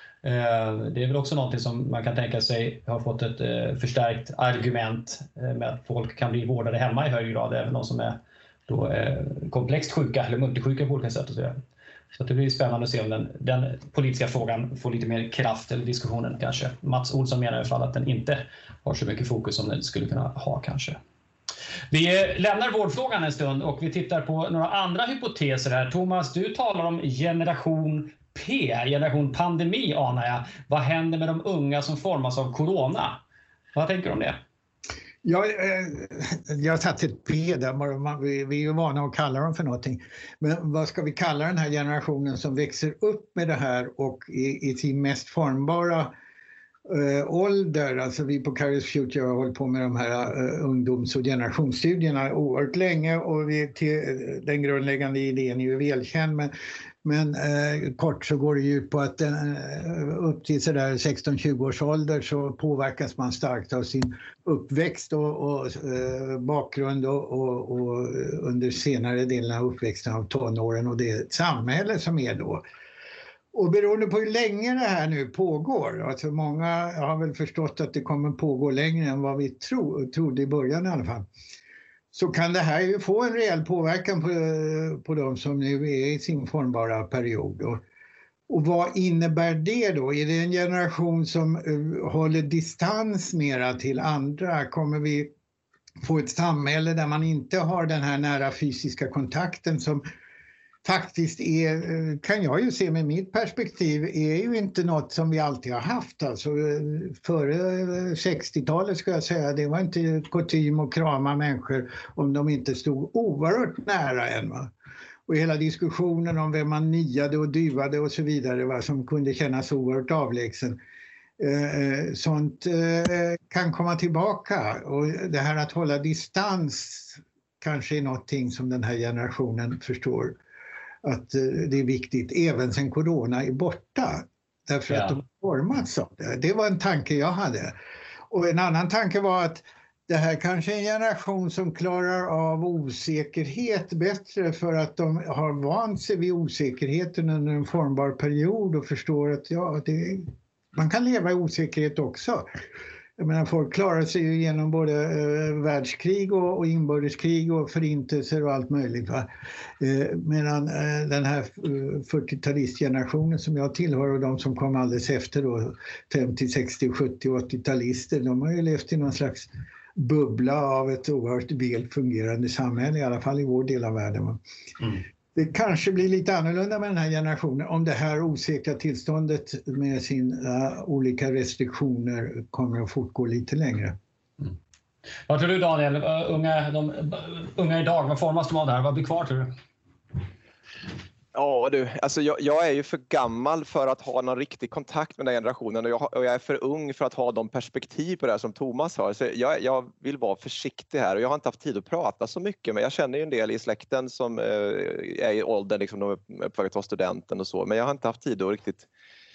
Det är väl också något som man kan tänka sig har fått ett förstärkt argument med att folk kan bli vårdade hemma i hög grad, även de som är då komplext sjuka eller multisjuka på olika sätt. Och så så det blir spännande att se om den, den politiska frågan får lite mer kraft, eller diskussionen kanske. Mats Olsson menar i alla fall att den inte har så mycket fokus som den skulle kunna ha kanske. Vi lämnar vårdfrågan en stund och vi tittar på några andra hypoteser här. Thomas, du talar om generation P, generation pandemi anar jag. Vad händer med de unga som formas av corona? Vad tänker du om det? Jag, jag har satt ett P där, vi, vi är ju vana att kalla dem för någonting. Men vad ska vi kalla den här generationen som växer upp med det här och i, i sin mest formbara eh, ålder? Alltså vi på Kairos Future har hållit på med de här eh, ungdoms- och generationsstudierna oerhört länge, och vi, till, den grundläggande idén är ju välkänd, men Men eh, kort så går det ju ut på att eh, upp till sådär sexton tjugo års ålder så påverkas man starkt av sin uppväxt och, och eh, bakgrund och, och, och under senare delen av uppväxten av tonåren och det samhälle som är då. Och beroende på hur länge det här nu pågår, alltså många har väl förstått att det kommer pågå längre än vad vi tro, trodde i början i alla fall, så kan det här ju få en rejäl påverkan på, på de som nu är i sin formbara period. Och, Och vad innebär det då? Är det en generation som uh, håller distans mera till andra? Kommer vi få ett samhälle där man inte har den här nära fysiska kontakten som faktiskt är, kan jag ju se med mitt perspektiv, är ju inte något som vi alltid har haft. Alltså, före sextiotalet ska jag säga, det var inte kutym att krama människor om de inte stod oerhört nära en. Va? Och hela diskussionen om vem man niade och dyvade och så vidare, va, som kunde kännas oerhört avlägsen. Eh, sånt eh, kan komma tillbaka, och det här att hålla distans kanske är någonting som den här generationen förstår att eh, det är viktigt även sen corona är borta, därför ja. att de formats av det. Det var en tanke jag hade. Och en annan tanke var att det här kanske är en generation som klarar av osäkerhet bättre för att de har vant sig vid osäkerheten under en formbar period och förstår att ja, det, man kan leva i osäkerhet också. Jag menar, folk klarar sig ju genom både eh, världskrig och, och inbördeskrig och förintelser och allt möjligt. Va? Eh, medan eh, den här fyrtiotalistgenerationen som jag tillhör och de som kom alldeles efter då, femtio, sextio, sjuttio, åttio-talister, de har ju levt i någon slags bubbla av ett oerhört väl fungerande samhälle, i alla fall i vår del av världen. Mm. Det kanske blir lite annorlunda med den här generationen om det här osäkra tillståndet med sina olika restriktioner kommer att fortgå lite längre. Mm. Vad tror du, Daniel? Unga, de, unga idag, vad formas de av det här? Vad blir kvar, tror du? Ja du, alltså jag, jag är ju för gammal för att ha någon riktig kontakt med den generationen och jag, och jag är för ung för att ha de perspektiv på det här som Thomas har. Så jag, jag vill vara försiktig här och jag har inte haft tid att prata så mycket, men jag känner ju en del i släkten som eh, är i åldern, liksom, de är på väg att vara studenten och så, men jag har inte haft tid att riktigt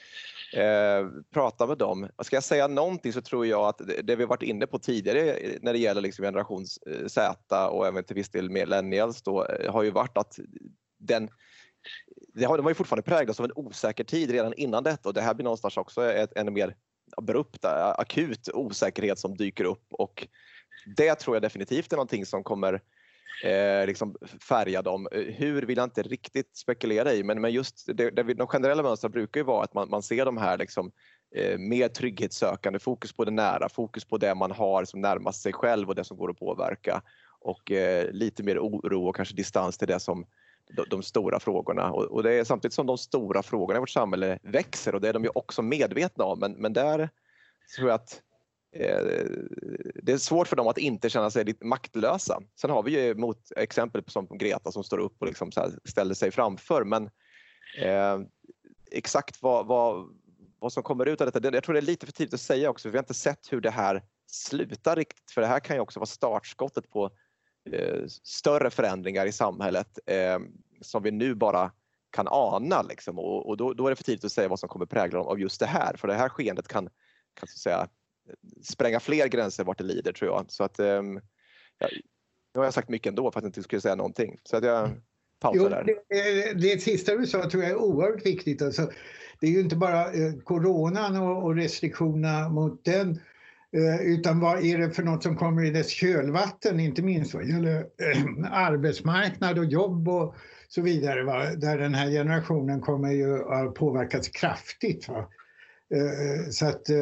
eh, prata med dem. Ska jag säga någonting så tror jag att det vi varit inne på tidigare när det gäller liksom generation Z och även till viss del millennials då, har ju varit att den Det har, det var ju fortfarande präglas av en osäker tid redan innan detta, och det här blir någonstans också ett, en mer abrupt, akut osäkerhet som dyker upp, och det tror jag definitivt är någonting som kommer eh, liksom färga dem. Hur vill jag inte riktigt spekulera i, men, men just det, det, de generella mönstren brukar ju vara att man, man ser de här liksom, eh, mer trygghetssökande, fokus på det nära, fokus på det man har som närmast sig själv och det som går att påverka, och eh, lite mer oro och kanske distans till det som De, de stora frågorna, och, och det är samtidigt som de stora frågorna i vårt samhälle växer, och det är de ju också medvetna om, men, men där tror jag att eh, det är svårt för dem att inte känna sig lite maktlösa. Sen har vi ju mot exempel som Greta som står upp och liksom så här ställer sig framför, men eh, exakt vad, vad, vad som kommer ut av detta, det, jag tror det är lite för tidigt att säga också, för vi har inte sett hur det här slutar riktigt, för det här kan ju också vara startskottet på Eh, större förändringar i samhället eh, som vi nu bara kan ana liksom. och, och då, då är det för tidigt att säga vad som kommer prägla dem av just det här, för det här skeendet kan, kan så att säga, spränga fler gränser vart det lider, tror jag. Så att eh, ja, nu har jag sagt mycket ändå för att jag inte skulle säga någonting, så att jag pausar jo, där. Det, det sista du sa tror jag är oerhört viktigt. Alltså, det är ju inte bara eh, coronan och, och restriktionerna mot den, utan vad är det för något som kommer i dess kölvatten, inte minst vad gäller äh, arbetsmarknad och jobb och så vidare, va? Där den här generationen kommer ju att påverkas kraftigt. Va? Äh, så att äh,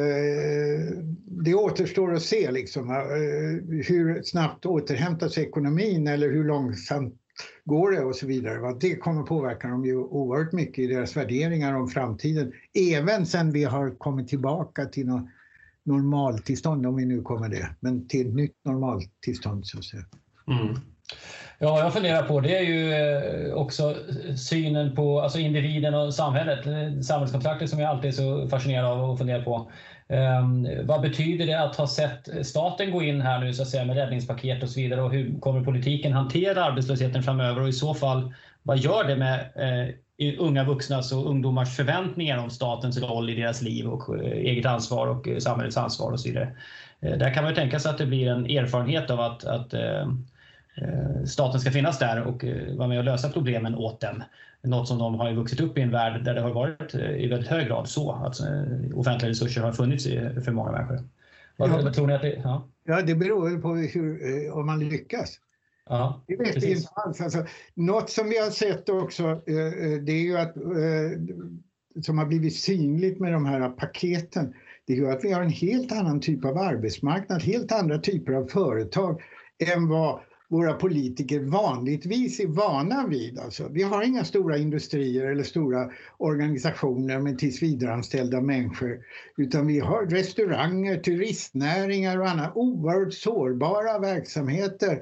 det återstår att se liksom, äh, hur snabbt återhämtas ekonomin eller hur långsamt går det och så vidare. Va? Det kommer påverka dem ju oerhört mycket i deras värderingar om framtiden, även sen vi har kommit tillbaka till något normaltillstånd, om vi nu kommer det, men till ett nytt normaltillstånd så att säga. Mm. Ja, jag funderar på det är ju också synen på alltså individen och samhället, samhällskontraktet som jag alltid är så fascinerad av och funderar på. Um, vad betyder det att ha sett staten gå in här nu så att säga med räddningspaket och så vidare, och hur kommer politiken hantera arbetslösheten framöver, och i så fall vad gör det med eh, unga vuxnas och ungdomars förväntningar om statens roll i deras liv och eh, eget ansvar och eh, samhällets ansvar och så vidare. Eh, där kan man ju tänka sig att det blir en erfarenhet av att, att eh, staten ska finnas där och eh, vara med och lösa problemen åt dem. Något som de har vuxit upp i en värld där det har varit eh, i väldigt hög grad så att eh, offentliga resurser har funnits i, för många människor. Vad, ja. vad tror ni att det... Ja, ja det beror väl på hur, eh, om man lyckas. Ja, det vet vi inte alls. Alltså, något som vi har sett också, eh, det är ju att eh, som har blivit synligt med de här paketen, det är ju att vi har en helt annan typ av arbetsmarknad, helt andra typer av företag än vad våra politiker vanligtvis är vana vid. Alltså, vi har inga stora industrier eller stora organisationer med tillsvidareanställda människor, utan vi har restauranger, turistnäringar och andra oerhört sårbara verksamheter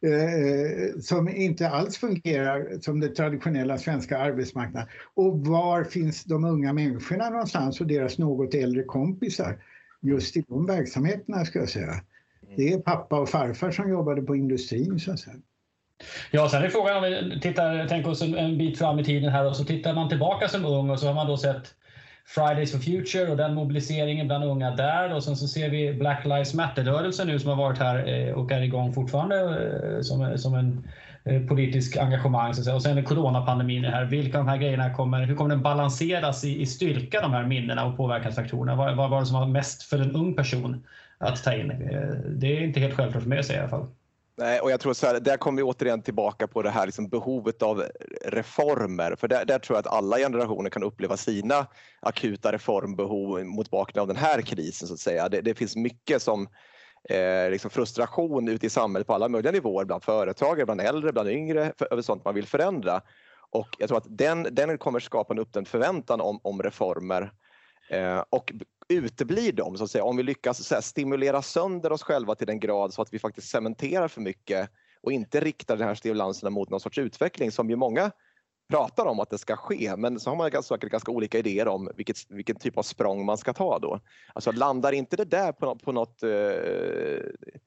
eh, som inte alls fungerar som det traditionella svenska arbetsmarknaden. Och var finns de unga människorna någonstans och deras något äldre kompisar? Just i de verksamheterna, ska jag säga. Det är pappa och farfar som jobbade på industrin, så att säga. Ja, sen är frågan om vi tittar, tänker oss en, en bit fram i tiden här, och så tittar man tillbaka som ung och så har man då sett Fridays for Future och den mobiliseringen bland unga där, och sen så ser vi Black Lives Matter-rörelsen nu som har varit här och är igång fortfarande som, som en politisk engagemang, så att säga. Och sen är coronapandemin här. Vilka av de här grejerna kommer, hur kommer den balanseras i, i styrka, de här minnena och påverkansfaktorerna? Vad, vad var det som var mest för en ung person att ta in? Det är inte helt självklart för mig att säga i alla fall. Nej, och jag tror så här, där kommer vi återigen tillbaka på det här liksom behovet av reformer. För där, där tror jag att alla generationer kan uppleva sina akuta reformbehov mot bakgrund av den här krisen, så att säga. Det, det finns mycket som eh, liksom frustration ute i samhället på alla möjliga nivåer, bland företagare, bland äldre, bland yngre, för, över sånt man vill förändra. Och jag tror att den, den kommer skapa en uppdämd förväntan om, om reformer. Eh, och uteblir de, så att säga, om vi lyckas så här, stimulera sönder oss själva till den grad så att vi faktiskt cementerar för mycket och inte riktar den här stimulanserna mot någon sorts utveckling som ju många pratar om att det ska ske, men så har man ganska, ganska olika idéer om vilket, vilken typ av språng man ska ta då. Alltså landar inte det där på, på något eh,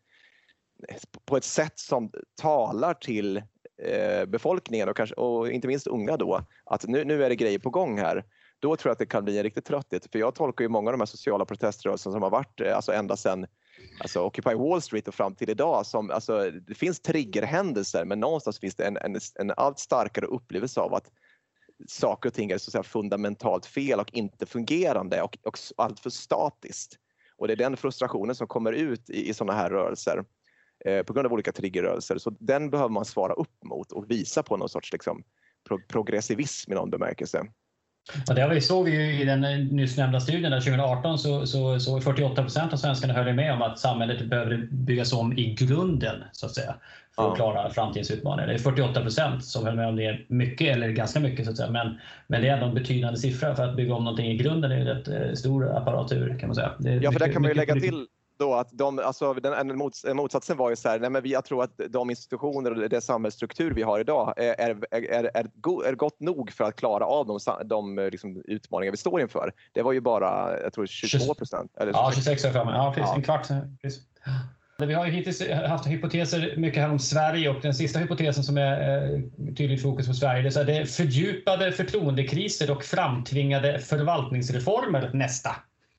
på ett sätt som talar till eh, befolkningen och, kanske, och inte minst unga då, att nu, nu är det grejer på gång här. Då tror jag att det kan bli en riktigt trötthet. För jag tolkar ju många av de här sociala proteströrelserna som har varit alltså ända sedan alltså Occupy Wall Street och fram till idag. Som, alltså, det finns triggerhändelser, men någonstans finns det en, en, en allt starkare upplevelse av att saker och ting är så att säga fundamentalt fel och inte fungerande och, och allt för statiskt. Och det är den frustrationen som kommer ut i, i sådana här rörelser eh, på grund av olika triggerrörelser. Så den behöver man svara upp mot och visa på någon sorts liksom, pro- progressivism i någon bemärkelse. Ja, det har vi såg vi ju i den nyss nämnda studien där tjugo arton, så, så, så fyrtioåtta procent av svenskarna höll med om att samhället behöver byggas om i grunden, så att säga, för att ja. klara framtidens utmaningar. Det är fyrtioåtta procent som höll med om det mycket eller ganska mycket, så att säga. Men, men det är ändå en betydande siffra. För att bygga om någonting i grunden är det ett stor apparatur, kan man säga. Det är ja, för mycket, där kan man ju lägga politik. till då att de, alltså, den, en mots, motsatsen var ju så här, nej men vi, jag tror att de institutioner och det samhällsstruktur vi har idag är, är, är, är, go, är gott nog för att klara av de, de liksom, utmaningar vi står inför. Det var ju bara, jag tror tjugotvå procent. Eller ja, tjugosex är framme. Ja, precis, ja. En kvart. Precis. Vi har ju hittills haft hypoteser mycket här om Sverige, och den sista hypotesen som är tydligt fokus på Sverige, det är, så här, det är fördjupade förtroendekriser och framtvingade förvaltningsreformer nästa.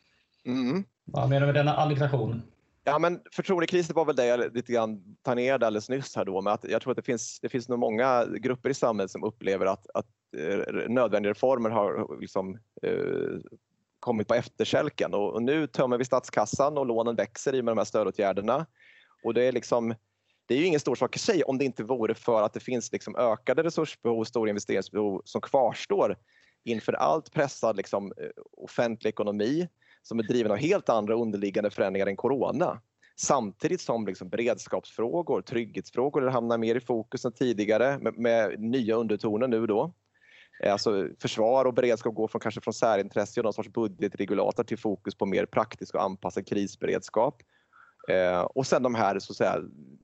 Mm. Vad menar du med denna alliteration? Ja, men förtroendekrisen var väl det jag lite grann tangerade alldeles nyss här då, med att jag tror att det finns, det finns nog många grupper i samhället som upplever att, att eh, nödvändiga reformer har liksom, eh, kommit på efterkälken, och, och nu tömmer vi statskassan och lånen växer i med de här stödåtgärderna, och det är liksom det är ju ingen stor sak i sig om det inte vore för att det finns liksom ökade resursbehov, stora investeringsbehov som kvarstår inför allt pressad liksom, offentlig ekonomi som är driven av helt andra underliggande förändringar än corona. Samtidigt som liksom beredskapsfrågor, trygghetsfrågor hamnar mer i fokus än tidigare med, med nya undertoner nu då. Alltså försvar och beredskap går från kanske från särintresse och någon sorts budgetregulator till fokus på mer praktisk och anpassad krisberedskap. Eh, och sen de här så att säga,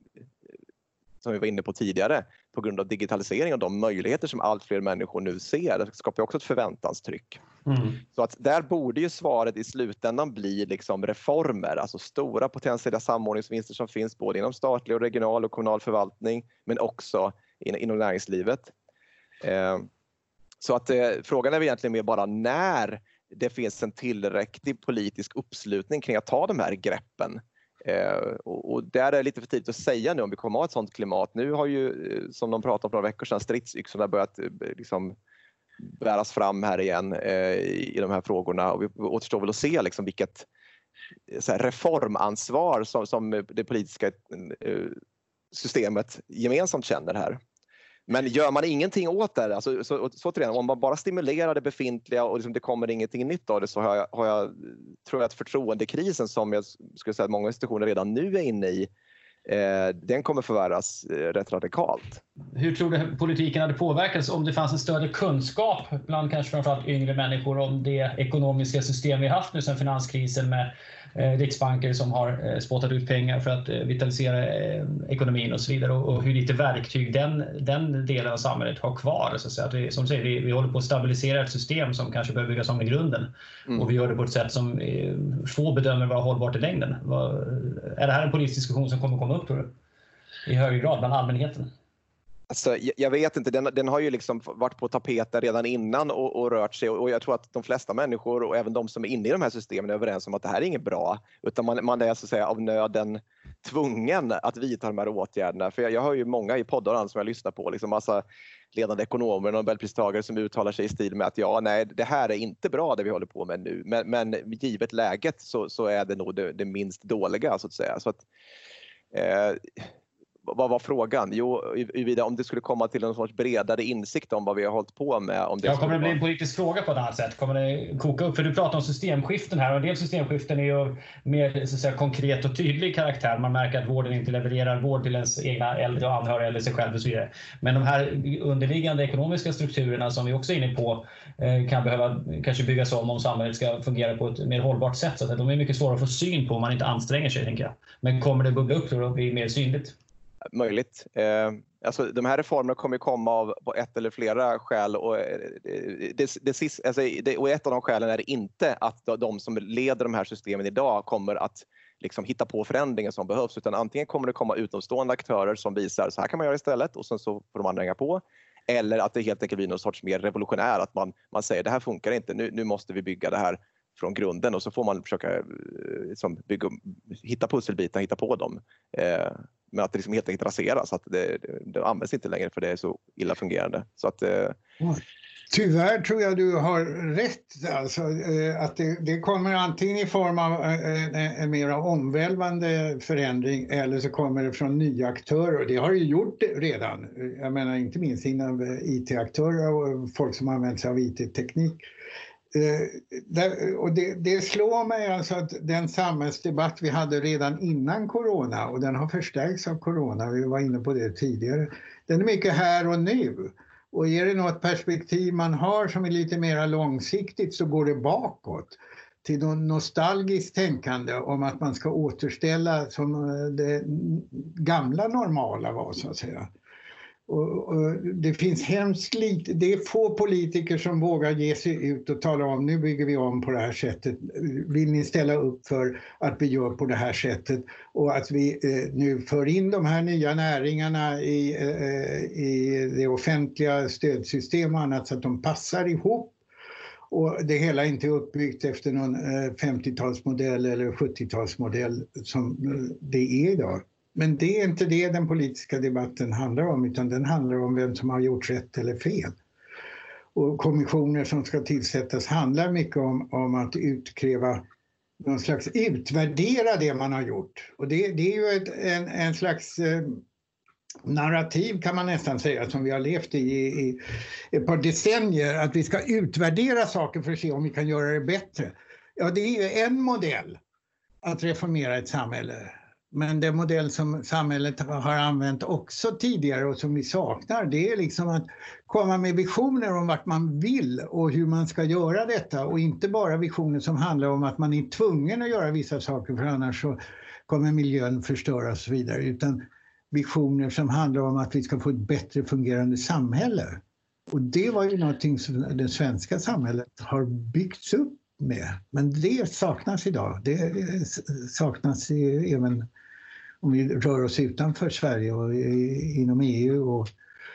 som vi var inne på tidigare, på grund av digitalisering och de möjligheter som allt fler människor nu ser, det skapar också ett förväntanstryck. Mm. Så att där borde ju svaret i slutändan bli liksom reformer, alltså stora potentiella samordningsvinster som finns både inom statlig och regional och kommunal förvaltning, men också in, inom näringslivet. Eh, så att eh, frågan är egentligen mer bara när det finns en tillräcklig politisk uppslutning kring att ta de här greppen. Eh, och, och där är det lite för tidigt att säga nu om vi kommer ha ett sådant klimat. Nu har ju, som de pratade om för några veckor sedan, stridsyxorna börjat eh, liksom bäras fram här igen eh, i de här frågorna, och vi återstår väl att se liksom vilket så här, reformansvar som, som det politiska eh, systemet gemensamt känner här. Men gör man ingenting åt det, alltså, så, så till om man bara stimulerar det befintliga och liksom det kommer ingenting nytt av det, så har jag, har jag, tror jag att förtroendekrisen som jag skulle säga att många institutioner redan nu är inne i, eh, den kommer förvärras eh, rätt radikalt. Hur tror du politiken hade påverkats om det fanns en större kunskap bland kanske framförallt yngre människor om det ekonomiska system vi haft nu sedan finanskrisen med eh, riksbanker som har eh, spottat ut pengar för att eh, vitalisera eh, ekonomin och så vidare, och, och hur lite verktyg den, den delen av samhället har kvar. Så att säga. Att vi, som säger, vi, vi håller på att stabilisera ett system som kanske behöver byggas om i grunden. Mm. Och vi gör det på ett sätt som eh, få bedömer vara hållbart i längden. Var, är det här en politisk diskussion som kommer komma upp, tror du? I högre grad bland allmänheten? Alltså, jag vet inte, den, den har ju liksom varit på tapeten redan innan och, och rört sig, och jag tror att de flesta människor och även de som är inne i de här systemen är överens om att det här är inget bra, utan man, man är så att säga av nöden tvungen att vidta de här åtgärderna. För jag, jag har ju många i poddar som jag lyssnar på, liksom massa ledande ekonomer och Nobelpristagare som uttalar sig i stil med att ja, nej, det här är inte bra det vi håller på med nu, men, men givet läget så, så är det nog det, det minst dåliga, så att säga. Så att, eh, vad var frågan? Jo, om det skulle komma till en sorts bredare insikt om vad vi har hållit på med. Om det ja, kommer det bli en politisk fråga på ett annat sätt? Kommer det koka upp? För du pratar om systemskiften här, och en del systemskiften är ju mer så att säga, konkret och tydlig karaktär. Man märker att vården inte levererar vård till ens egna äldre och anhöriga eller sig själv och så vidare. Men de här underliggande ekonomiska strukturerna som vi också är inne på kan behöva kanske byggas om om samhället ska fungera på ett mer hållbart sätt. Så att de är mycket svåra att få syn på om man inte anstränger sig, tänker jag. Men kommer det bubbla upp och bli mer synligt? Möjligt. Eh, alltså, de här reformerna kommer komma av på ett eller flera skäl, och, det, det, det, alltså, det, och ett av de skälen är inte att de som leder de här systemen idag kommer att liksom hitta på förändringar som behövs, utan antingen kommer det komma utomstående aktörer som visar så här kan man göra istället, och sen så får de andra hänga på, eller att det helt enkelt blir någon sorts mer revolutionär, att man, man säger det här funkar inte, nu, nu måste vi bygga det här från grunden, och så får man försöka liksom, bygga, hitta pusselbitar, hitta på dem. Eh, men att det liksom helt enkelt raseras, så att det, det, det används inte längre för det är så illa fungerande. Så att, eh... Tyvärr tror jag du har rätt. Alltså, eh, att det, det kommer antingen i form av en, en mer omvälvande förändring, eller så kommer det från nya aktörer. Det har ju gjort det redan. Jag menar inte minst inom I T-aktörer och folk som använder sig av I T-teknik. Eh, där, och det, det slår mig alltså att den samhällsdebatt vi hade redan innan corona, och den har förstärkts av corona, vi var inne på det tidigare, den är mycket här och nu. Och är det något perspektiv man har som är lite mer långsiktigt, så går det bakåt till något nostalgiskt tänkande om att man ska återställa som det gamla normala var, så att säga. Och, och det finns hemskt lite, det är få politiker som vågar ge sig ut och tala om nu bygger vi om på det här sättet. Vill ni ställa upp för att vi gör på det här sättet, och att vi eh, nu för in de här nya näringarna i, eh, i det offentliga stödsystem och annat så att de passar ihop, och det hela inte är uppbyggt efter någon eh, femtiotalsmodell eller sjuttiotalsmodell som eh, det är idag. Men det är inte det den politiska debatten handlar om, utan den handlar om vem som har gjort rätt eller fel. Och kommissioner som ska tillsättas handlar mycket om, om att utkräva någon slags utvärdera det man har gjort. Och det, det är ju ett, en, en slags eh, narrativ kan man nästan säga som vi har levt i, i ett par decennier, att vi ska utvärdera saker för att se om vi kan göra det bättre. Ja, det är ju en modell att reformera ett samhälle. Men den modell som samhället har använt också tidigare och som vi saknar, det är liksom att komma med visioner om vart man vill och hur man ska göra detta. Och inte bara visioner som handlar om att man är tvungen att göra vissa saker för annars så kommer miljön förstöras och så vidare. Utan visioner som handlar om att vi ska få ett bättre fungerande samhälle. Och det var ju någonting som det svenska samhället har byggts upp med. Men det saknas idag. Det saknas även om vi rör oss utanför Sverige och inom E U. Och,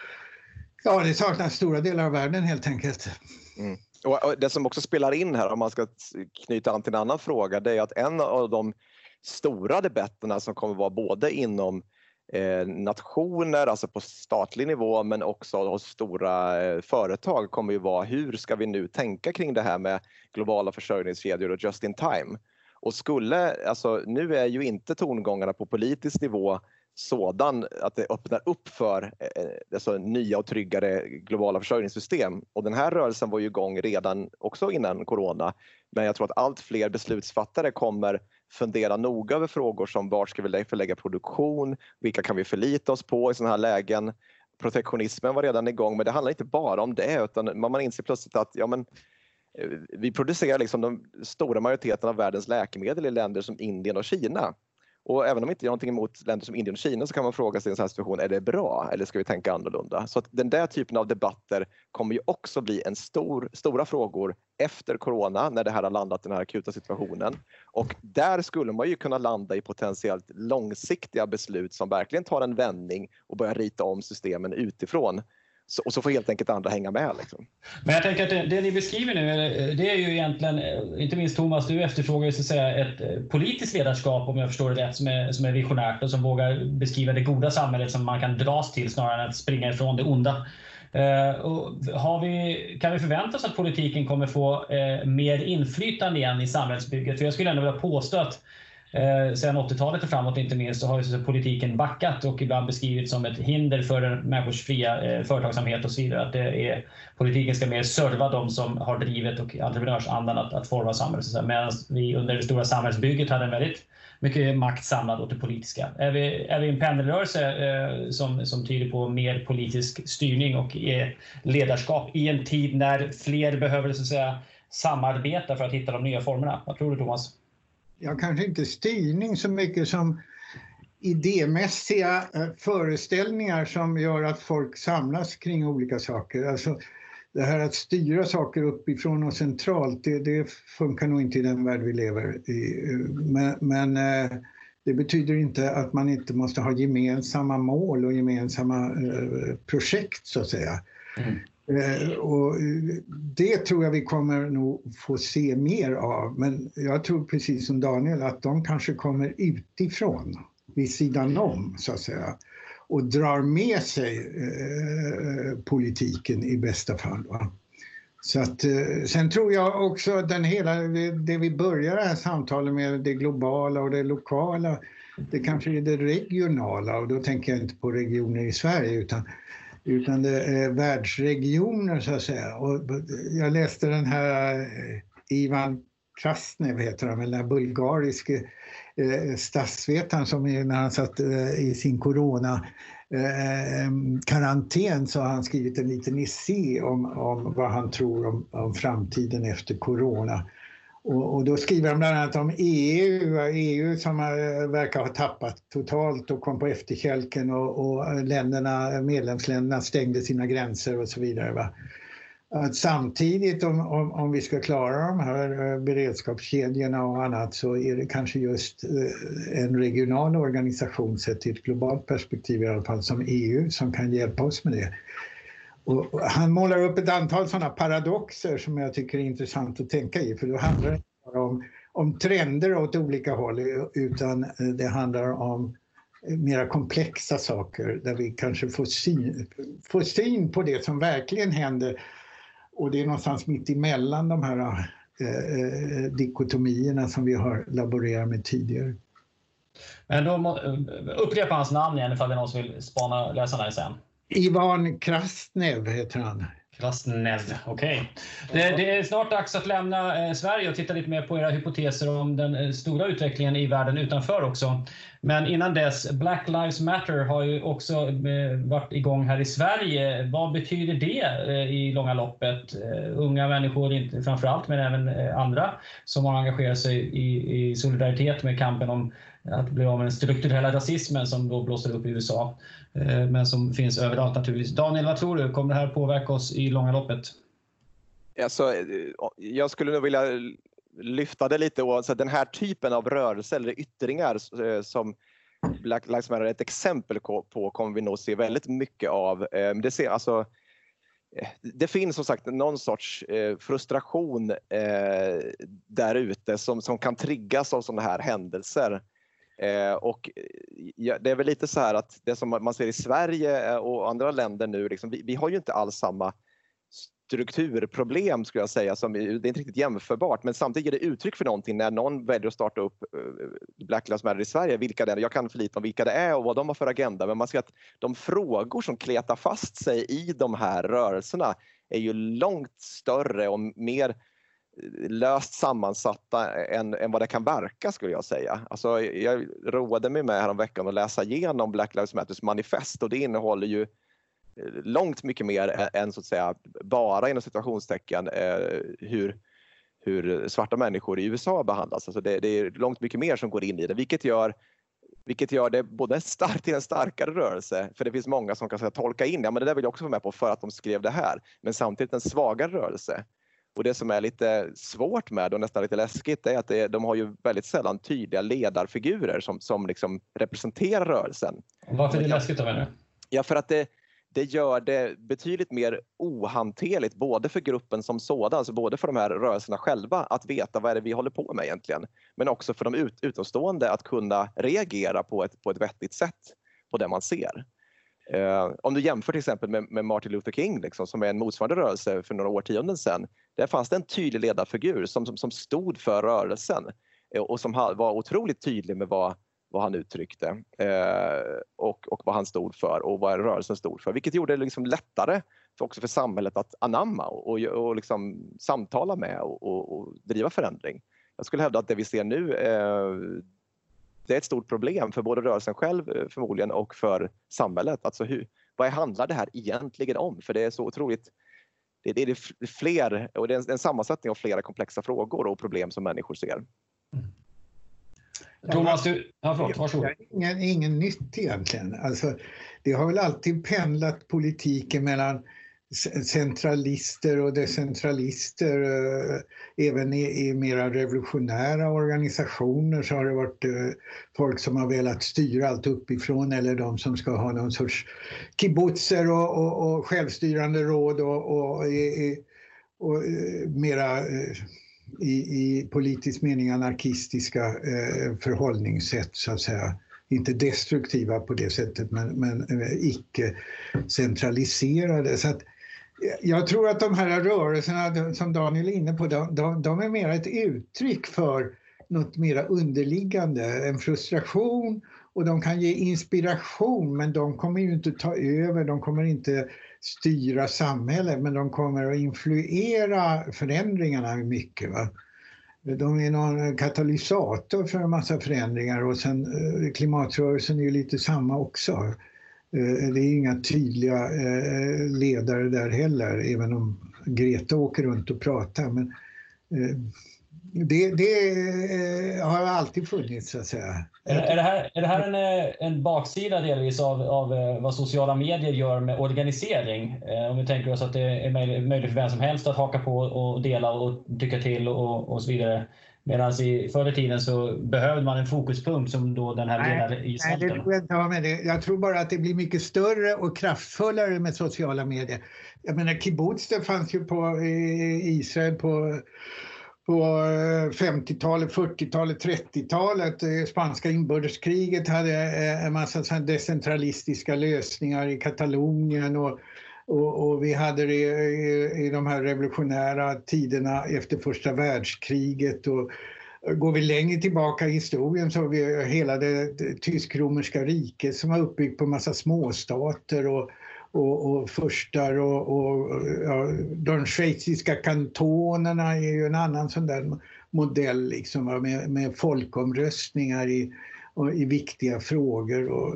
ja, det saknas stora delar av världen helt enkelt. Mm. Och det som också spelar in här, om man ska knyta an till en annan fråga, det är att en av de stora debatterna som kommer vara både inom eh, nationer, alltså på statlig nivå, men också hos stora eh, företag kommer ju vara hur ska vi nu tänka kring det här med globala försörjningskedjor och just in time. Och skulle, alltså nu är ju inte tongångarna på politisk nivå sådan att det öppnar upp för alltså, nya och tryggare globala försörjningssystem. Och den här rörelsen var ju igång redan också innan corona. Men jag tror att allt fler beslutsfattare kommer fundera noga över frågor som var ska vi förlägga produktion, vilka kan vi förlita oss på i sådana här lägen. Protektionismen var redan igång, men det handlar inte bara om det, utan man inser plötsligt att ja, men, vi producerar liksom de stora majoriteten av världens läkemedel i länder som Indien och Kina. Och även om vi inte gör någonting emot länder som Indien och Kina så kan man fråga sig i en sån här situation, är det bra eller ska vi tänka annorlunda? Så att den där typen av debatter kommer ju också bli en stor, stora frågor efter corona när det här har landat i den här akuta situationen. Och där skulle man ju kunna landa i potentiellt långsiktiga beslut som verkligen tar en vändning och börjar rita om systemen utifrån. Så, och så får helt enkelt andra hänga med. Liksom. Men jag tänker att det, det ni beskriver nu, det är ju egentligen, inte minst Thomas, du efterfrågar ju så att säga ett politiskt ledarskap, om jag förstår det rätt, som är, som är visionärt och som vågar beskriva det goda samhället som man kan dras till snarare än att springa ifrån det onda. Uh, och har vi, kan vi förvänta oss att politiken kommer få uh, mer inflytande igen i samhällsbygget? För jag skulle ändå vilja påstå att Eh, sen åttiotalet och framåt inte minst så har ju politiken backat och ibland beskrivits som ett hinder för människors fria eh, företagsamhet och så vidare. Att det är, politiken ska mer serva de som har drivet och entreprenörsandan att, att forma samhället. Medan vi under det stora samhällsbygget hade en väldigt mycket makt samlad åt det politiska. Är vi, är vi en pendelrörelse eh, som, som tyder på mer politisk styrning och eh, ledarskap i en tid när fler behöver så att säga samarbeta för att hitta de nya formerna? Vad tror du, Thomas? Ja, kanske inte styrning så mycket som idémässiga föreställningar som gör att folk samlas kring olika saker. Alltså det här att styra saker uppifrån och centralt, det, det funkar nog inte i den värld vi lever i. Men, men det betyder inte att man inte måste ha gemensamma mål och gemensamma projekt så att säga. Mm. Eh, och det tror jag vi kommer nog få se mer av, men jag tror precis som Daniel att de kanske kommer utifrån, vid sidan om så att säga, och drar med sig eh, politiken i bästa fall. Va? Så att, eh, sen tror jag också den hela, det vi börjar det här samtalet med, det globala och det lokala, det kanske är det regionala, och då tänker jag inte på regioner i Sverige utan utan det är världsregioner så att säga. Och jag läste den här Ivan Krasnev heter han, den här bulgariske statsvetaren som när han satt i sin corona karantän så har han skrivit en liten essä om, om vad han tror om, om framtiden efter corona. Och, och då skriver han bland annat om E U, E U som har, verkar ha tappat totalt och kom på efterkälken och, och länderna, medlemsländerna stängde sina gränser och så vidare. Va? Att samtidigt om, om, om vi ska klara de här beredskapskedjorna och annat så är det kanske just en regional organisation sett i ett globalt perspektiv i alla fall som E U som kan hjälpa oss med det. Och han målar upp ett antal sådana paradoxer som jag tycker är intressant att tänka i. För då handlar det inte bara om, om trender åt olika håll utan det handlar om mera komplexa saker där vi kanske får syn, får syn på det som verkligen händer. Och det är någonstans mitt emellan de här eh, dikotomierna som vi har laborerat med tidigare. Men då upprepa hans namn igen ifall det är någon som vill spana läsarna sen. Ivan Krasnev heter han. Krasnev, okej. Okay. Det, det är snart dags att lämna eh, Sverige och titta lite mer på era hypoteser om den eh, stora utvecklingen i världen utanför också. Men innan dess, Black Lives Matter har ju också eh, varit igång här i Sverige. Vad betyder det eh, i långa loppet? Eh, unga människor, inte framförallt, men även eh, andra som har engagerat sig i, i solidaritet med kampen om att bli av med den strukturella rasismen som då blåser upp i U S A, men som finns överallt naturligtvis. Daniel, vad tror du? Kommer det här påverka oss i långa loppet? Alltså, jag skulle nog vilja lyfta det lite. Och, så den här typen av rörelser eller yttringar som Black Lives Matter är ett exempel på kommer vi nog se väldigt mycket av. Det, ser, alltså, det finns som sagt någon sorts frustration där ute som, som kan triggas av sådana här händelser. Eh, och ja, det är väl lite så här att det som man ser i Sverige och andra länder nu, liksom, vi, vi har ju inte alls samma strukturproblem skulle jag säga. Som, det är inte riktigt jämförbart, men samtidigt ger det uttryck för någonting när någon väljer att starta upp Black Lives Matter i Sverige. Vilka det är, jag kan för lite om vilka det är och vad de har för agenda, men man ser att de frågor som kletar fast sig i de här rörelserna är ju långt större och mer löst sammansatta än, än vad det kan verka, skulle jag säga. Alltså, jag roade mig med här om veckan att läsa igenom Black Lives Matters manifest, och det innehåller ju långt mycket mer än så att säga bara inom situationstecken eh, hur, hur svarta människor i U S A behandlas. Alltså det, det är långt mycket mer som går in i det, vilket gör Vilket gör det både starkt till en starkare rörelse, för det finns många som kan säga, tolka in, ja men det där vill jag också vara med på för att de skrev det här, men samtidigt en svagare rörelse. Och det som är lite svårt med och nästan lite läskigt är att det, de har ju väldigt sällan tydliga ledarfigurer som, som liksom representerar rörelsen. Varför är det läskigt då, menar du? Ja, för att det, det gör det betydligt mer ohanterligt både för gruppen som sådan, alltså både för de här rörelserna själva att veta vad är det vi håller på med egentligen, men också för de ut, utomstående att kunna reagera på ett, på ett vettigt sätt på det man ser. Uh, om du jämför till exempel med, med Martin Luther King liksom, som är en motsvarande rörelse för några årtionden sedan, där fanns det en tydlig ledarfigur som, som, som stod för rörelsen uh, och som ha, var otroligt tydlig med vad, vad han uttryckte uh, och, och vad han stod för och vad rörelsen stod för, vilket gjorde det liksom lättare för, också för samhället att anamma och, och, och liksom samtala med och, och, och driva förändring. Jag skulle hävda att det vi ser nu uh, det är ett stort problem för både rörelsen själv förmodligen och för samhället. Alltså hur, vad handlar det här egentligen om? För det är så otroligt, det, det är fler, och det är en, en sammansättning av flera komplexa frågor och problem som människor ser. Mm. Thomas, du, ja, förlåt, varsågod. Ingen, ingen nytt egentligen. Alltså, det har väl alltid pendlat politiken mellan centralister och decentralister. Även i, i mera revolutionära organisationer så har det varit folk som har velat styra allt uppifrån, eller de som ska ha någon sorts kibbutzer och, och, och självstyrande råd och, och, och, och mera i, i politisk mening anarkistiska förhållningssätt så att säga. Inte destruktiva på det sättet, men, men icke centraliserade. Så att jag tror att de här rörelserna som Daniel är inne på, de, de, de är mer ett uttryck för något mer underliggande, en frustration, och de kan ge inspiration, men de kommer ju inte ta över, de kommer inte styra samhället, men de kommer att influera förändringarna mycket, va? De är någon katalysator för en massa förändringar, och sen eh, klimatrörelsen är ju lite samma också. Eh, det är inga tydliga eh, ledare där heller, även om Greta åker runt och pratar. Men eh, det, det eh, har alltid funnits så att säga. Är, är det här, är det här en, en baksida delvis av, av vad sociala medier gör med organisering? Eh, om vi tänker oss att det är möjligt för vem som helst att haka på och dela och tycka till och, och så vidare. Medan i förr i tiden så behövde man en fokuspunkt som då den här ledaren i Nej, det tror jag inte ha med det. Jag tror bara att det blir mycket större och kraftfullare med sociala medier. Jag menar, kibbutz, det fanns ju på i Israel på På femtiotalet, fyrtiotalet, trettiotalet, spanska inbördeskriget hade en massa decentralistiska lösningar i Katalonien, och, och, och vi hade det i, i de här revolutionära tiderna efter första världskriget. Och går vi längre tillbaka i historien så har vi hela det, det tysk-romerska riket som var uppbyggt på en massa småstater och Och, och förstar och, och ja, de schweiziska kantonerna är ju en annan sån där modell liksom, med, med folkomröstningar i, och, i viktiga frågor. Och,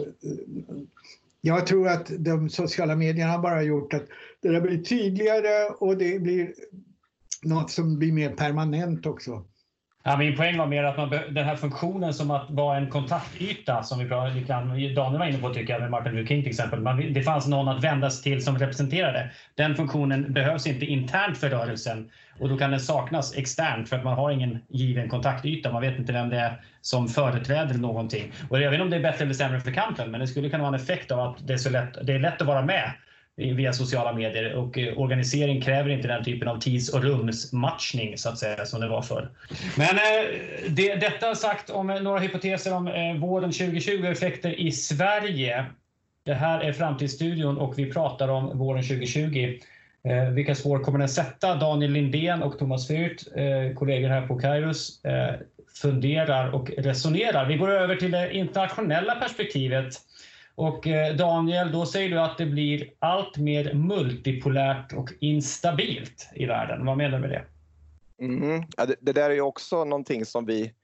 jag tror att de sociala medierna har bara gjort att det där blir tydligare, och det blir något som blir mer permanent också. Ja, min poäng var mer att man, den här funktionen som att vara en kontaktyta som vi pratade, Daniel var inne på tycker jag, med Martin Luther King till exempel. Man, det fanns någon att vändas till som representerade. Den funktionen behövs inte internt för rörelsen, och då kan den saknas externt för att man har ingen given kontaktyta. Man vet inte vem det är som företräder någonting. Och jag vet inte om det är bättre eller sämre för kampen, men det skulle kunna vara en effekt av att det är så lätt, det är lätt att vara med via sociala medier, och organisering kräver inte den typen av tids- och rumsmatchning så att säga som det var förr. Men eh, det, detta sagt om några hypoteser om eh, våren tjugo tjugo effekter i Sverige. Det här är Framtidsstudion och vi pratar om våren tjugo tjugo. Eh, vilka spår kommer den sätta? Daniel Lindén och Thomas Fyrt, eh, kollegor här på Kairos, eh, funderar och resonerar. Vi går över till det internationella perspektivet. Och eh, Daniel, då säger du att det blir allt mer multipolärt och instabilt i världen. Vad menar du med det? Mm. Ja, det, det där är ju också någonting som vi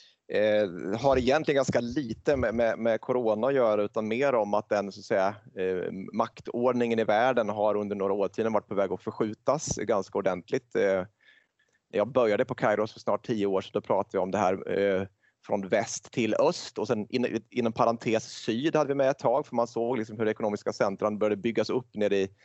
eh, har egentligen ganska lite med, med, med corona att göra, utan mer om att den så att säga, eh, maktordningen i världen har under några årtionden varit på väg att förskjutas ganska ordentligt. Eh, jag började på Kairos för snart tio år sedan, då pratade jag om det här eh, från väst till öst, och sen in, inom parentes syd hade vi med ett tag, för man såg liksom hur ekonomiska centran började byggas upp nere i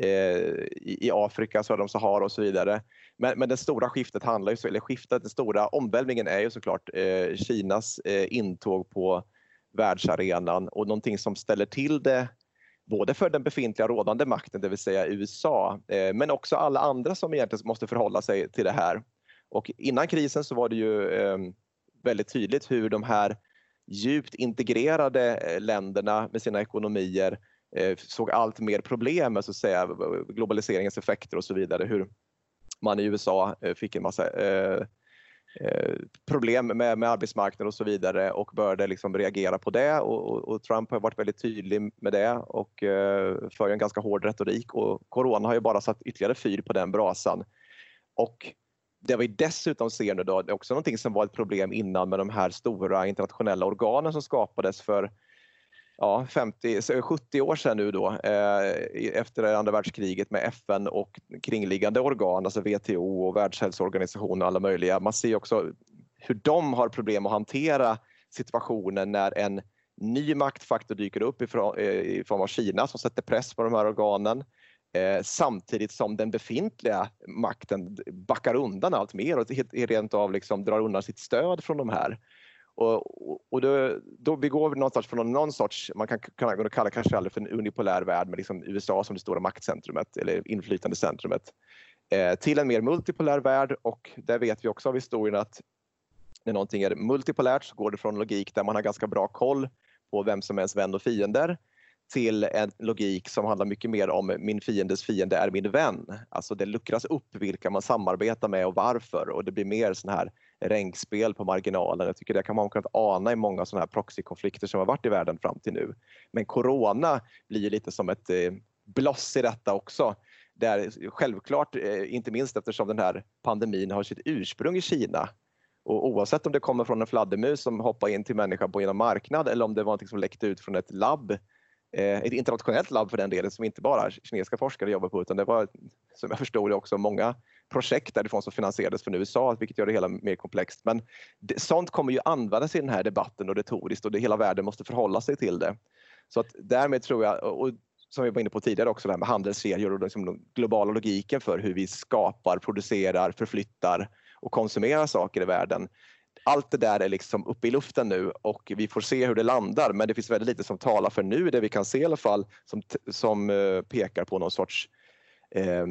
I, i Afrika, söder om Sahara och så vidare. Men, men det stora skiftet handlar ju, eller skiftet, den stora omvälvningen är ju såklart eh, Kinas eh, intåg på världsarenan, och någonting som ställer till det både för den befintliga rådande makten, det vill säga U S A, eh, men också alla andra som egentligen måste förhålla sig till det här. Och innan krisen så var det ju eh, väldigt tydligt hur de här djupt integrerade länderna med sina ekonomier såg allt mer problem med så att säga globaliseringens effekter och så vidare. Hur man i U S A fick en massa eh, problem med, med arbetsmarknaden och så vidare, och började liksom reagera på det, och, och Trump har varit väldigt tydlig med det och eh, för en ganska hård retorik, och corona har ju bara satt ytterligare fyr på den brasan. Och det vi dessutom ser nu då, det är också någonting som var ett problem innan med de här stora internationella organen som skapades för ja, femtio, sjuttio år sedan nu då, eh, efter andra världskriget, med F N och kringliggande organ, alltså W T O och Världshälsoorganisationen och alla möjliga. Man ser också hur de har problem att hantera situationen när en ny maktfaktor dyker upp i, i form av Kina som sätter press på de här organen. Eh, samtidigt som den befintliga makten backar undan allt mer och rent av liksom drar undan sitt stöd från de här. Och, och då, då vi går någonstans från någon sorts, man kan, kan kalla det kanske aldrig för en unipolär värld med liksom U S A som det stora maktcentrumet eller inflytandecentrumet, eh, till en mer multipolär värld. Och där vet vi också av historien att när någonting är multipolärt så går det från logik där man har ganska bra koll på vem som är ens vän och fiender, till en logik som handlar mycket mer om min fiendes fiende är min vän. Alltså det luckras upp vilka man samarbetar med och varför, och det blir mer sån här ränkspel på marginalen. Jag tycker det kan man kunnat ana i många sådana här proxykonflikter som har varit i världen fram till nu. Men corona blir lite som ett eh, bloss i detta också. Där självklart, eh, inte minst eftersom den här pandemin har sitt ursprung i Kina. Och oavsett om det kommer från en fladdermus som hoppar in till människan på en marknad, eller om det var något som läckte ut från ett labb, ett internationellt labb för den delen, som inte bara kinesiska forskare jobbar på, utan det var, som jag förstod det, också många projekt därifrån som finansierades från U S A, vilket gör det hela mer komplext. Men det, sånt kommer ju användas i den här debatten och retoriskt, och det, hela världen måste förhålla sig till det. Så att därmed tror jag, och som vi var inne på tidigare också, det här med handelskedjor och liksom den globala logiken för hur vi skapar, producerar, förflyttar och konsumerar saker i världen. Allt det där är liksom uppe i luften nu, och vi får se hur det landar, men det finns väldigt lite som talar för nu, det vi kan se i alla fall, som, som uh, pekar på någon sorts eh,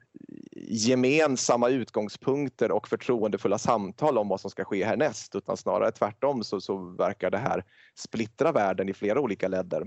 gemensamma utgångspunkter och förtroendefulla samtal om vad som ska ske härnäst, utan snarare tvärtom så, så verkar det här splittra världen i flera olika ledder.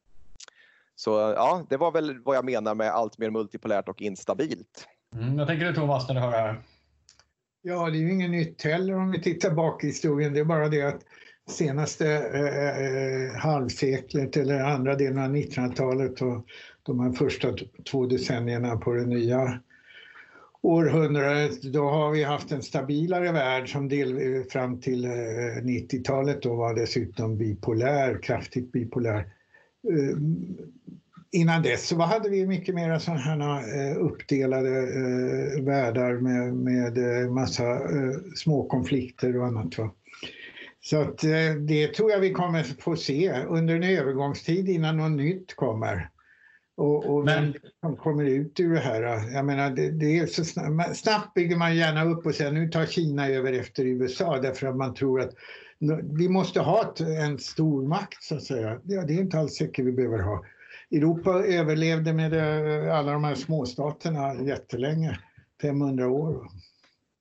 Så ja, det var väl vad jag menar med allt mer multipolärt och instabilt. Mm, jag tänker du, Thomas, när du hör det här? Ja, det är ju inget nytt heller om vi tittar bak i historien. Det är bara det att senaste eh, halvseklet eller andra delen av nittonhundratalet och de här första två decennierna på det nya århundradet, då har vi haft en stabilare värld som del fram till eh, nittiotalet, då var dessutom bipolär, kraftigt bipolär. Eh, Innan dess så hade vi mycket mer sådana här uppdelade eh, världar med, med massa eh, små konflikter och annat. Va? Så att, eh, det tror jag vi kommer få se under en övergångstid innan något nytt kommer. Och, och Men... vem kommer ut ur det här? Jag menar, det, det är så snabbt, snabbt bygger man gärna upp och säger nu tar Kina över efter U S A, därför att man tror att vi måste ha ett, en stor makt, så att säga. Ja, det är inte alls säkert vi behöver ha. Europa överlevde med alla de här småstaterna jättelänge, femhundra år.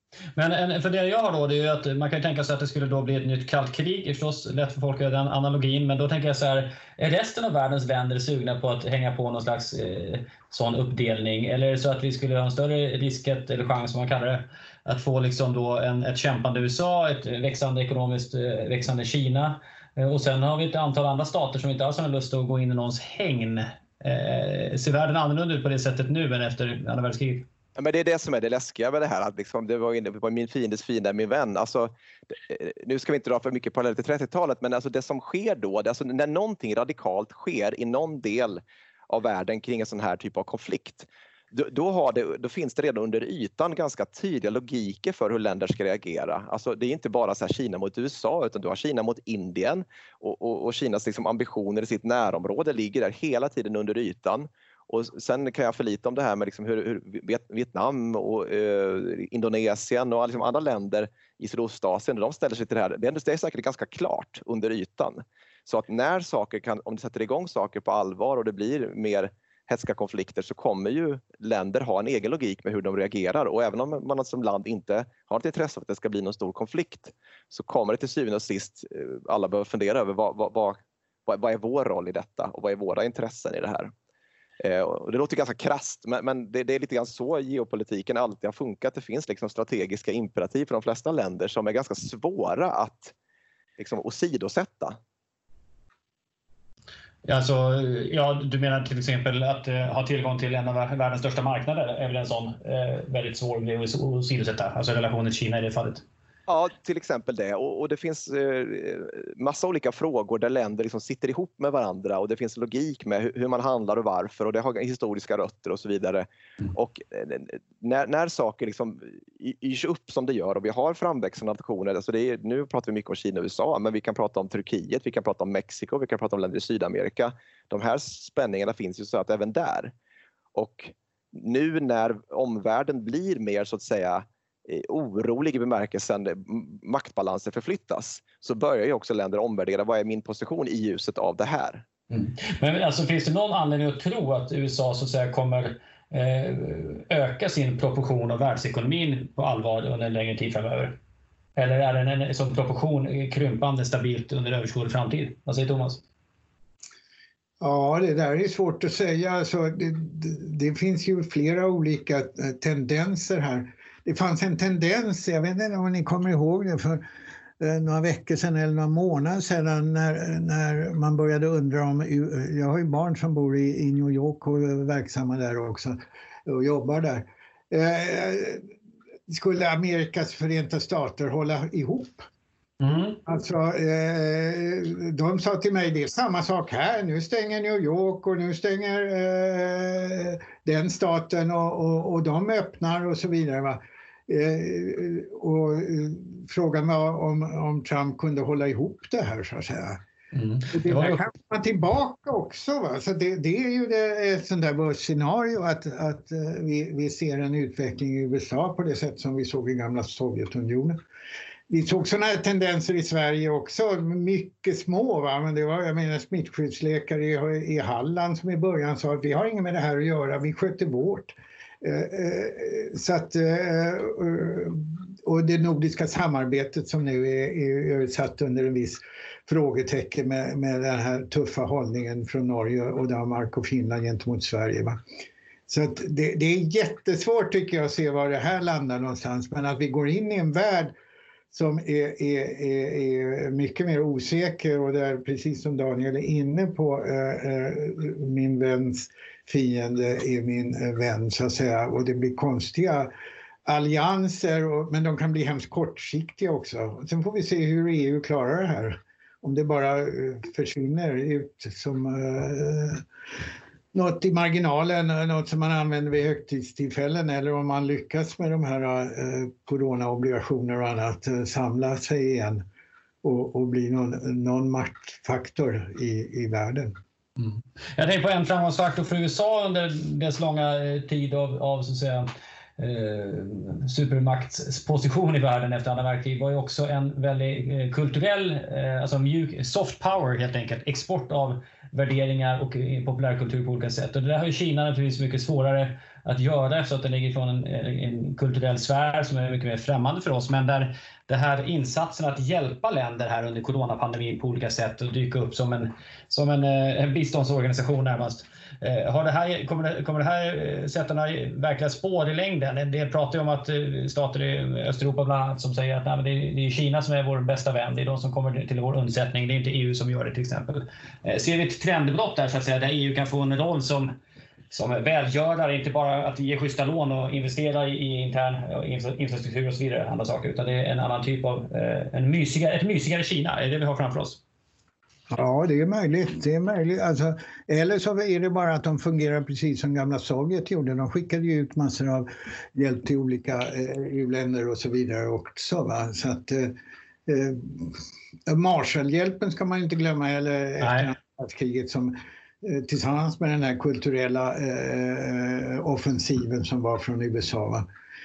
Men en fundering jag har då, det är ju att man kan ju tänka sig att det skulle då bli ett nytt kallt krig. Det är förstås lätt för folk att göra den analogin, men då tänker jag så här, är resten av världens länder sugna på att hänga på någon slags eh, sån uppdelning? Eller är det så att vi skulle ha en större risket, eller chans som man kallar det, att få liksom då en, ett kämpande U S A, ett växande ekonomiskt eh, växande Kina, eh, och sen har vi ett antal andra stater som inte alls har lust att gå in i någons hägn. Eh, ser världen annorlunda ut på det sättet nu än efter andra världskriget? Ja, men det är det som är det läskiga med det här. Att liksom, det var inne på min fiendes fiende, min vän. Alltså, nu ska vi inte dra för mycket parallellt till trettiotalet, men alltså det som sker då, det, alltså när någonting radikalt sker i någon del av världen kring en sån här typ av konflikt, då, då, har det, då finns det redan under ytan ganska tydliga logiker för hur länder ska reagera. Alltså, det är inte bara så här Kina mot U S A, utan du har Kina mot Indien, och, och, och Kinas liksom ambitioner i sitt närområde ligger där hela tiden under ytan. Och sen kan jag förlita om det här med liksom hur, hur Vietnam och eh, Indonesien och liksom andra länder i Sydostasien, de ställer sig till det här. Det är, det är säkert ganska klart under ytan. Så att när saker kan, om det sätter igång saker på allvar och det blir mer hetska konflikter, så kommer ju länder ha en egen logik med hur de reagerar. Och även om man som land inte har ett intresse av att det ska bli någon stor konflikt, så kommer det till syvende och sist alla behöver fundera över vad, vad, vad, vad är vår roll i detta och vad är våra intressen i det här. Och det låter ganska krasst, men, men det, det är lite grann så geopolitiken alltid har funkat. Det finns liksom strategiska imperativ för de flesta länder som är ganska svåra att liksom åsidosätta. Alltså, ja, du menar till exempel att uh, ha tillgång till en av världens största marknader är väl en sån uh, väldigt svår grej att åsidosätta, alltså relationen till Kina i det fallet? Ja, till exempel det. Och, och det finns eh, massa olika frågor där länder liksom sitter ihop med varandra, och det finns logik med hur, hur man handlar och varför, och det har historiska rötter och så vidare. Mm. Och eh, när, när saker liksom yrs upp som det gör, och vi har framväxande nationer, alltså det är, nu pratar vi mycket om Kina och U S A, men vi kan prata om Turkiet, vi kan prata om Mexiko, vi kan prata om länder i Sydamerika. De här spänningarna finns ju så att även där. Och nu när omvärlden blir mer så att säga orolig i bemärkelsen maktbalanser förflyttas, så börjar ju också länder omvärdera vad är min position i ljuset av det här. Mm. Men alltså, finns det någon anledning att tro att U S A så att säga kommer eh, öka sin proportion av världsekonomin på allvar under en längre tid framöver? Eller är den en, en sån proportion krympande stabilt under överskådlig framtid? Vad säger Thomas? Ja, det där är svårt att säga. Alltså, det, det, det finns ju flera olika tendenser här. Det fanns en tendens, jag vet inte om ni kommer ihåg det, för eh, några veckor sedan eller några månader sedan när, när man började undra om, jag har ju barn som bor i, i New York och är verksamma där också och jobbar där. Eh, skulle Amerikas Förenta Stater hålla ihop? Mm. Alltså, eh, de sa till mig, det är samma sak här, nu stänger New York och nu stänger eh, den staten och, och, och de öppnar och så vidare. Va? Eh, och eh, frågan var om, om Trump kunde hålla ihop det här så att säga. Mm. Det där kan man tillbaka också. Va? Så det, det är ju det, ett sånt där börsscenario att, att uh, vi, vi ser en utveckling i U S A på det sätt som vi såg i gamla Sovjetunionen. Vi såg sådana här tendenser i Sverige också, mycket små, va? Men det var, jag menar, smittskyddsläkare i, i Halland som i början sa att vi har inget med det här att göra, vi sköter vårt. Eh, eh, så att, eh, och det nordiska samarbetet som nu är, är, är satt under en viss frågetecken med, med den här tuffa hållningen från Norge och Danmark och Finland gentemot Sverige. Va? Så att det, det är jättesvårt tycker jag att se var det här landar någonstans, men att vi går in i en värld som är, är, är, är mycket mer osäker och där, precis som Daniel är inne på, äh, min väns fiende är min vän så att säga, och det blir konstiga allianser, och, men de kan bli hemskt kortsiktiga också. Sen får vi se hur E U klarar det här, om det bara försvinner ut som äh, något i marginalen, något som man använder vid högtidstillfällen, eller om man lyckas med de här eh, coronaobligationer och annat eh, samla sig igen och, och bli någon, någon maktfaktor i, i världen. Mm. Jag tänker på en framgångsfaktor för U S A under dess långa eh, tid av, av så att säga, eh, supermaktsposition i världen efter andra världskriget var ju också en väldigt eh, kulturell, eh, alltså mjuk, soft power helt enkelt, export av värderingar och populärkultur på olika sätt. Och det där har ju Kina naturligtvis mycket svårare att göra så att den ligger från en, en kulturell sfär som är mycket mer främmande för oss. Men där det här insatsen att hjälpa länder här under coronapandemin på olika sätt och dyka upp som en, som en, en biståndsorganisation närmast. Har det här, kommer, det, kommer det här sätta några verkliga spår i längden? Det pratar ju om att stater i Östeuropa bland annat som säger att nej, men det, är, det är Kina som är vår bästa vän. Det är de som kommer till vår undsättning. Det är inte E U som gör det till exempel. Ser vi ett trendbrott där så att säga, där E U kan få en roll som som välgörare, inte bara att ge schyssta lån och investera i intern infrastruktur och så vidare, andra saker, utan det är en annan typ av en mysigare, ett mysigare Kina, är det vi har framför oss. Ja, det är möjligt. Det är möjligt. Alltså, eller så är det bara att de fungerar precis som gamla Sovjet gjorde. De skickade ju ut massor av hjälp till olika eh, E U-länder och så vidare också. Va? Så att eh, Marshallhjälpen ska man inte glömma, eller efter kriget som tillsammans med den här kulturella eh, offensiven som var från U S A. Va?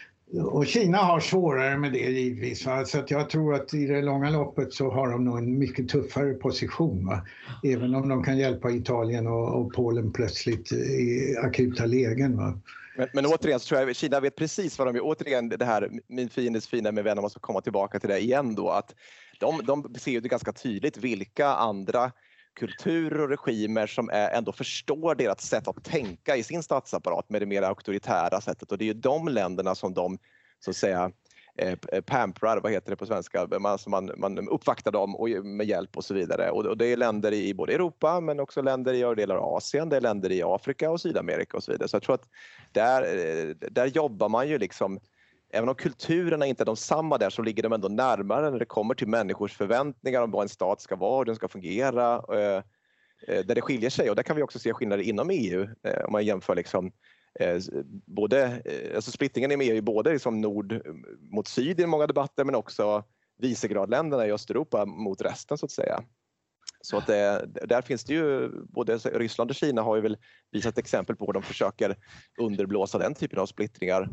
Och Kina har svårare med det givetvis. Va? Så att jag tror att i det långa loppet så har de nog en mycket tuffare position. Va? Även om de kan hjälpa Italien och, och Polen plötsligt i akuta lägen. Va? Men, men återigen så tror jag att Kina vet precis vad de gör. Återigen det här, min fiendes fina med vänner, måste komma tillbaka till det igen då. Att de, de ser ju det ganska tydligt vilka andra kulturer och regimer som är, ändå förstår deras sätt att tänka i sin statsapparat med det mer auktoritära sättet. Och det är ju de länderna som de så att säga eh, pamprar, vad heter det på svenska, man, alltså man, man uppvaktar dem och, med hjälp och så vidare. Och, och det är länder i både Europa men också länder i delar av Asien, det är länder i Afrika och Sydamerika och så vidare. Så jag tror att där, där jobbar man ju liksom, även om kulturerna inte är de samma där så ligger de ändå närmare när det kommer till människors förväntningar om vad en stat ska vara, hur den ska fungera, eh, där det skiljer sig. Och där kan vi också se skillnader inom E U eh, om man jämför liksom, eh, både, eh, alltså splittringen i E U är både liksom nord mot syd i många debatter men också vicegradländerna i Östeuropa mot resten så att säga. Så att det, där finns det ju, både Ryssland och Kina har ju väl visat exempel på hur de försöker underblåsa den typen av splittringar.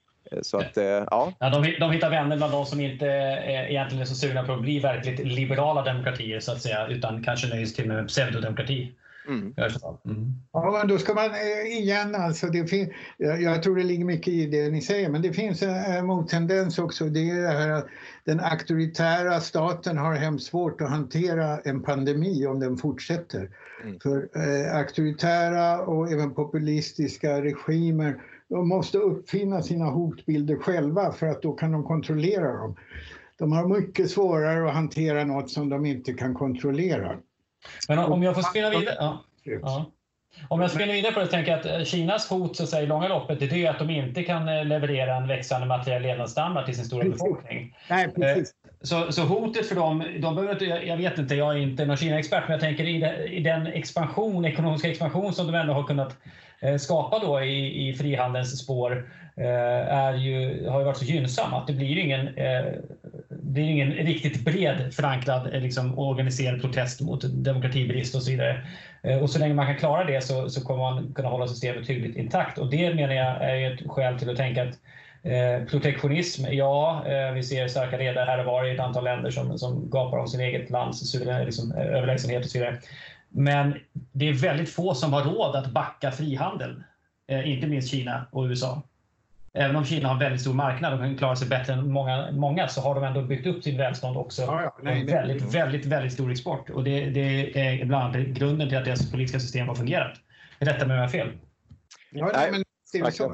Så att, ja. Ja, de, de hittar vänner bland de som inte är, egentligen är så sugna på att bli verkligt liberala demokratier så att säga, utan kanske nöjs till med pseudodemokrati. Mm. Mm. Ja, men då ska man igen alltså, det fin- jag, jag tror det ligger mycket i det ni säger, men det finns en mottendens också. Det är det här att den auktoritära staten har hemskt svårt att hantera en pandemi om den fortsätter. Mm. För eh, auktoritära och även populistiska regimer, de måste uppfinna sina hotbilder själva för att då kan de kontrollera dem. De har mycket svårare att hantera något som de inte kan kontrollera. Men om jag får spela vidare, ja. Ja. Om jag spinner vidare på det, tänker jag att Kinas hot så att säga, i långa loppet det är att de inte kan leverera en växande materiell levnadsstandard till sin stora precis. befolkning. Nej, precis. Så, så hotet för dem, de behöver inte, jag vet inte, jag är inte någon Kina-expert, men jag tänker i, det, i den expansion, ekonomiska expansion som de ändå har kunnat eh, skapa då i, i frihandelns spår eh, är ju, har ju varit så gynnsam att det blir ingen, eh, det är ingen riktigt bred förankrad eh, liksom, organiserad protest mot demokratibrist och så vidare. Eh, och så länge man kan klara det så, så kommer man kunna hålla systemet hyggligt intakt. Och det menar jag är ett skäl till att tänka att Eh, protektionism, ja, eh, vi ser starka ledare här och var i ett antal länder som, som gapar om sin eget lands liksom, överlägsenhet och så vidare. Men det är väldigt få som har råd att backa frihandel, eh, inte minst Kina och U S A. Även om Kina har en väldigt stor marknad och kan klara sig bättre än många, många så har de ändå byggt upp sin välstånd också. Ja, ja, nej, nej, väldigt, nej. väldigt, väldigt stor export. Och det, det är bland annat grunden till att deras politiska system har fungerat. Rätta mig om jag har fel. Ja, nej, men... Så.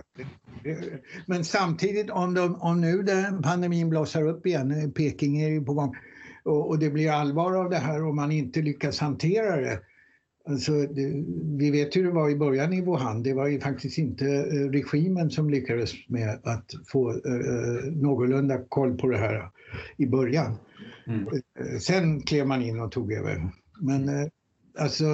Men samtidigt om, de, om nu den pandemin blossar upp igen, Peking är ju på gång och, och det blir allvar av det här och man inte lyckas hantera det. Alltså, det, vi vet hur det var i början i Wuhan, det var ju faktiskt inte eh, regimen som lyckades med att få eh, någorlunda koll på det här i början. Mm. Eh, sen klev man in och tog över. Men eh, alltså...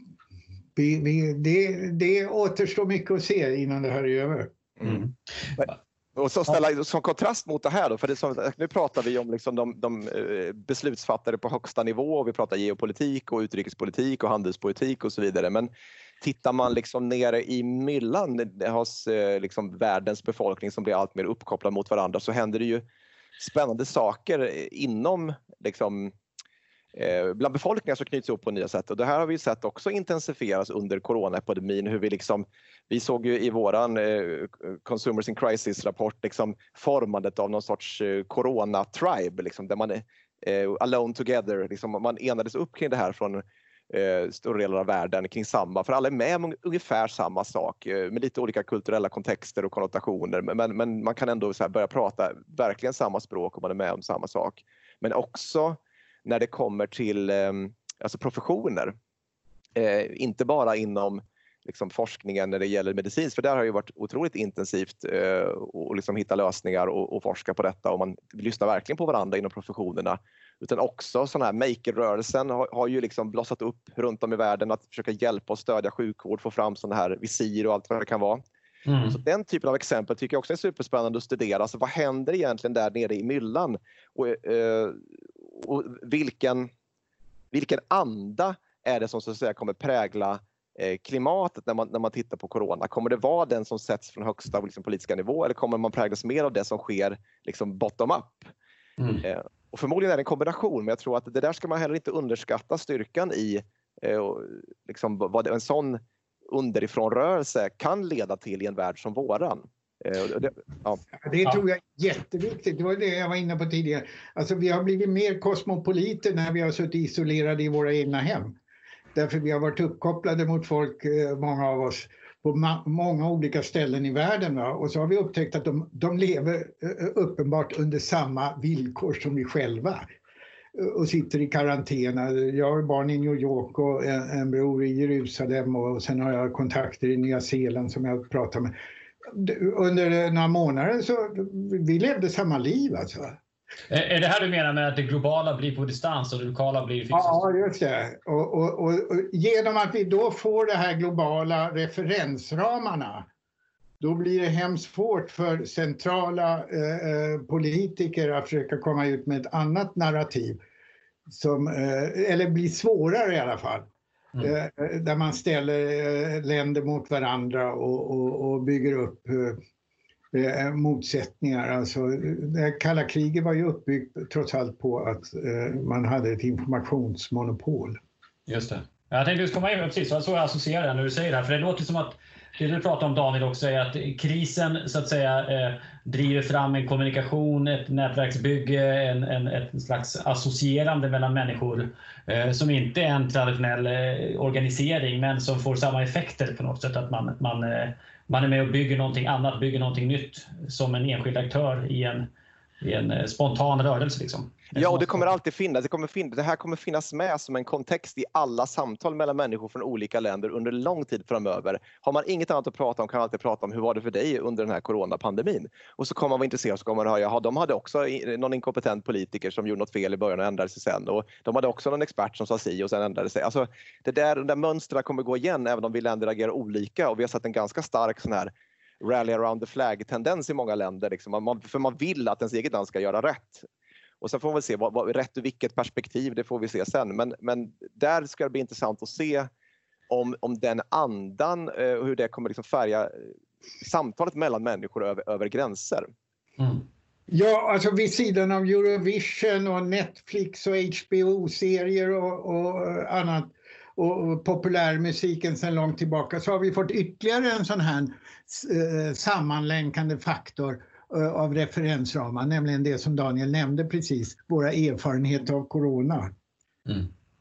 Vi, vi, det, det återstår mycket att se innan det här är över. Mm. Och så ställa som kontrast mot det här då, för det som, nu pratar vi om liksom de, de beslutsfattare på högsta nivå och vi pratar geopolitik och utrikespolitik och handelspolitik och så vidare. Men tittar man liksom nere i myllan hos liksom världens befolkning som blir allt mer uppkopplad mot varandra så händer det ju spännande saker inom liksom eh, bland befolkningen som knyts ihop på nya sätt. Och det här har vi sett också intensifieras under coronaepidemin. Hur vi liksom, vi såg ju i våran eh, Consumers in Crisis-rapport liksom formandet av någon sorts eh, corona-tribe, liksom, där man är eh, alone together, liksom, man enades upp kring det här från eh, stora delar av världen kring samma, för alla är med om ungefär samma sak eh, med lite olika kulturella kontexter och konnotationer, men, men man kan ändå så här börja prata verkligen samma språk om man är med om samma sak. Men också när det kommer till eh, alltså professioner, eh, inte bara inom liksom forskningen när det gäller medicin, för där har ju varit otroligt intensivt eh, och liksom hitta lösningar och, och forska på detta, och man lyssnar verkligen på varandra inom professionerna, utan också sån här maker-rörelsen har, har ju liksom blossat upp runt om i världen att försöka hjälpa och stödja sjukvård, få fram sån här visir och allt vad det kan vara. Mm. Så den typen av exempel tycker jag också är superspännande att studera. Alltså, vad händer egentligen där nere i myllan? Och, eh, och vilken, vilken anda är det som så att säga kommer prägla eh, klimatet när man, när man tittar på corona? Kommer det vara den som sätts från högsta liksom, politiska nivå, eller kommer man präglas mer av det som sker liksom, bottom up? Mm. Eh, och förmodligen är det en kombination, men jag tror att det där ska man heller inte underskatta styrkan i eh, liksom, vad en sån underifrånrörelse kan leda till i en värld som våran. Det, ja. det tror jag är jätteviktigt. Det var det jag var inne på tidigare. Alltså, vi har blivit mer kosmopoliter när vi har suttit isolerade i våra egna hem. Därför vi har varit uppkopplade mot folk, många av oss, på ma- många olika ställen i världen. Va? Och så har vi upptäckt att de, de lever uppenbart under samma villkor som vi själva. Och sitter i karantän. Jag har barn i New York och en, en bror i Jerusalem, och sen har jag kontakter i Nya Zeeland som jag pratar med. Under några månader så vi levde samma liv alltså. Är det här du menar med att det globala blir på distans och det lokala blir fysiskt? Ja, just det. Och, och, och, och genom att vi då får det här globala referensramarna, då blir det hemskt svårt för centrala eh, politiker att försöka komma ut med ett annat narrativ. Som, eh, eller blir svårare i alla fall. Mm. Eh, där man ställer eh, länder mot varandra och, och, och bygger upp eh, motsättningar. Alltså, det kalla kriget var ju uppbyggt trots allt på att eh, man hade ett informationsmonopol. Just det. Jag tänkte just komma in precis, så jag associerar när du säger det här. För det låter som att det du pratar om, Daniel, också är att krisen så att säga eh, driver fram en kommunikation, ett nätverksbygge, en, en, ett slags associerande mellan människor eh, som inte är en traditionell eh, organisering, men som får samma effekter på något sätt, att man, man, eh, man är med och bygger någonting annat, bygger någonting nytt som en enskild aktör i en, i en spontan rörelse liksom. Ja, och det kommer alltid finnas. Det, kommer fin- det här kommer finnas med som en kontext i alla samtal mellan människor från olika länder under lång tid framöver. Har man inget annat att prata om kan man alltid prata om hur var det för dig under den här coronapandemin. Och så kommer man vara intresserad och så kommer man höra, ja, de hade också någon inkompetent politiker som gjorde något fel i början och ändrade sig sen. Och de hade också någon expert som sa si och sen ändrade sig. Alltså, det där, de där mönstren kommer gå igen även om vi länder agerar olika. Och vi har sett en ganska stark sån här rally around the flag-tendens i många länder. Liksom. Man, för man vill att ens eget land ska göra rätt. Och sen får vi se vad, vad, rätt och vilket perspektiv, det får vi se sen. Men, men där ska det bli intressant att se om, om den andan och eh, hur det kommer liksom färga samtalet mellan människor över, över gränser. Mm. Ja, alltså vid sidan av Eurovision och Netflix och H B O-serier och, och annat och, och populärmusiken sedan långt tillbaka, så har vi fått ytterligare en sån här eh, sammanlänkande faktor av referensramar, nämligen det som Daniel nämnde precis, våra erfarenheter av corona. Mm.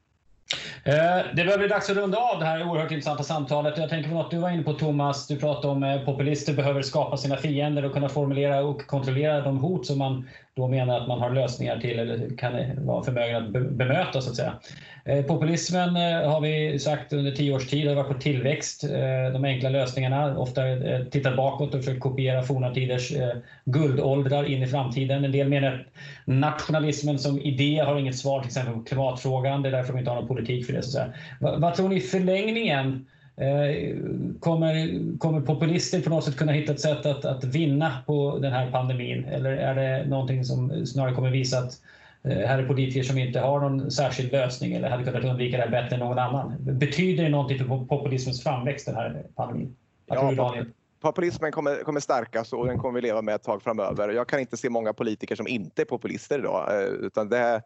Eh, det börjar bli dags att runda av det här oerhört intressanta samtalet. Jag tänker på något du var inne på, Thomas. Du pratade om att populister behöver skapa sina fiender och kunna formulera och kontrollera de hot som man då menar att man har lösningar till eller kan vara förmögen att bemöta, så att säga. Eh, populismen eh, har vi sagt under tio års tid har varit på tillväxt. Eh, de enkla lösningarna, ofta eh, tittar bakåt och försöker kopiera forna tiders eh, guldåldrar in i framtiden. En del menar att nationalismen som idé har inget svar till exempel på klimatfrågan. Det är därför de inte har någon politik för det. Så att säga. Vad, vad tror ni i förlängningen? Eh, kommer, kommer populister på något sätt kunna hitta ett sätt att, att vinna på den här pandemin? Eller är det någonting som snarare kommer visa att eh, här är politiker som inte har någon särskild lösning eller hade kunnat undvika det här bättre än någon annan? Betyder det någonting för populismens framväxt, den här pandemin? Vad tror du, Daniel? Populismen kommer, kommer stärkas och den kommer vi leva med ett tag framöver. Jag kan inte se många politiker som inte är populister idag, utan det är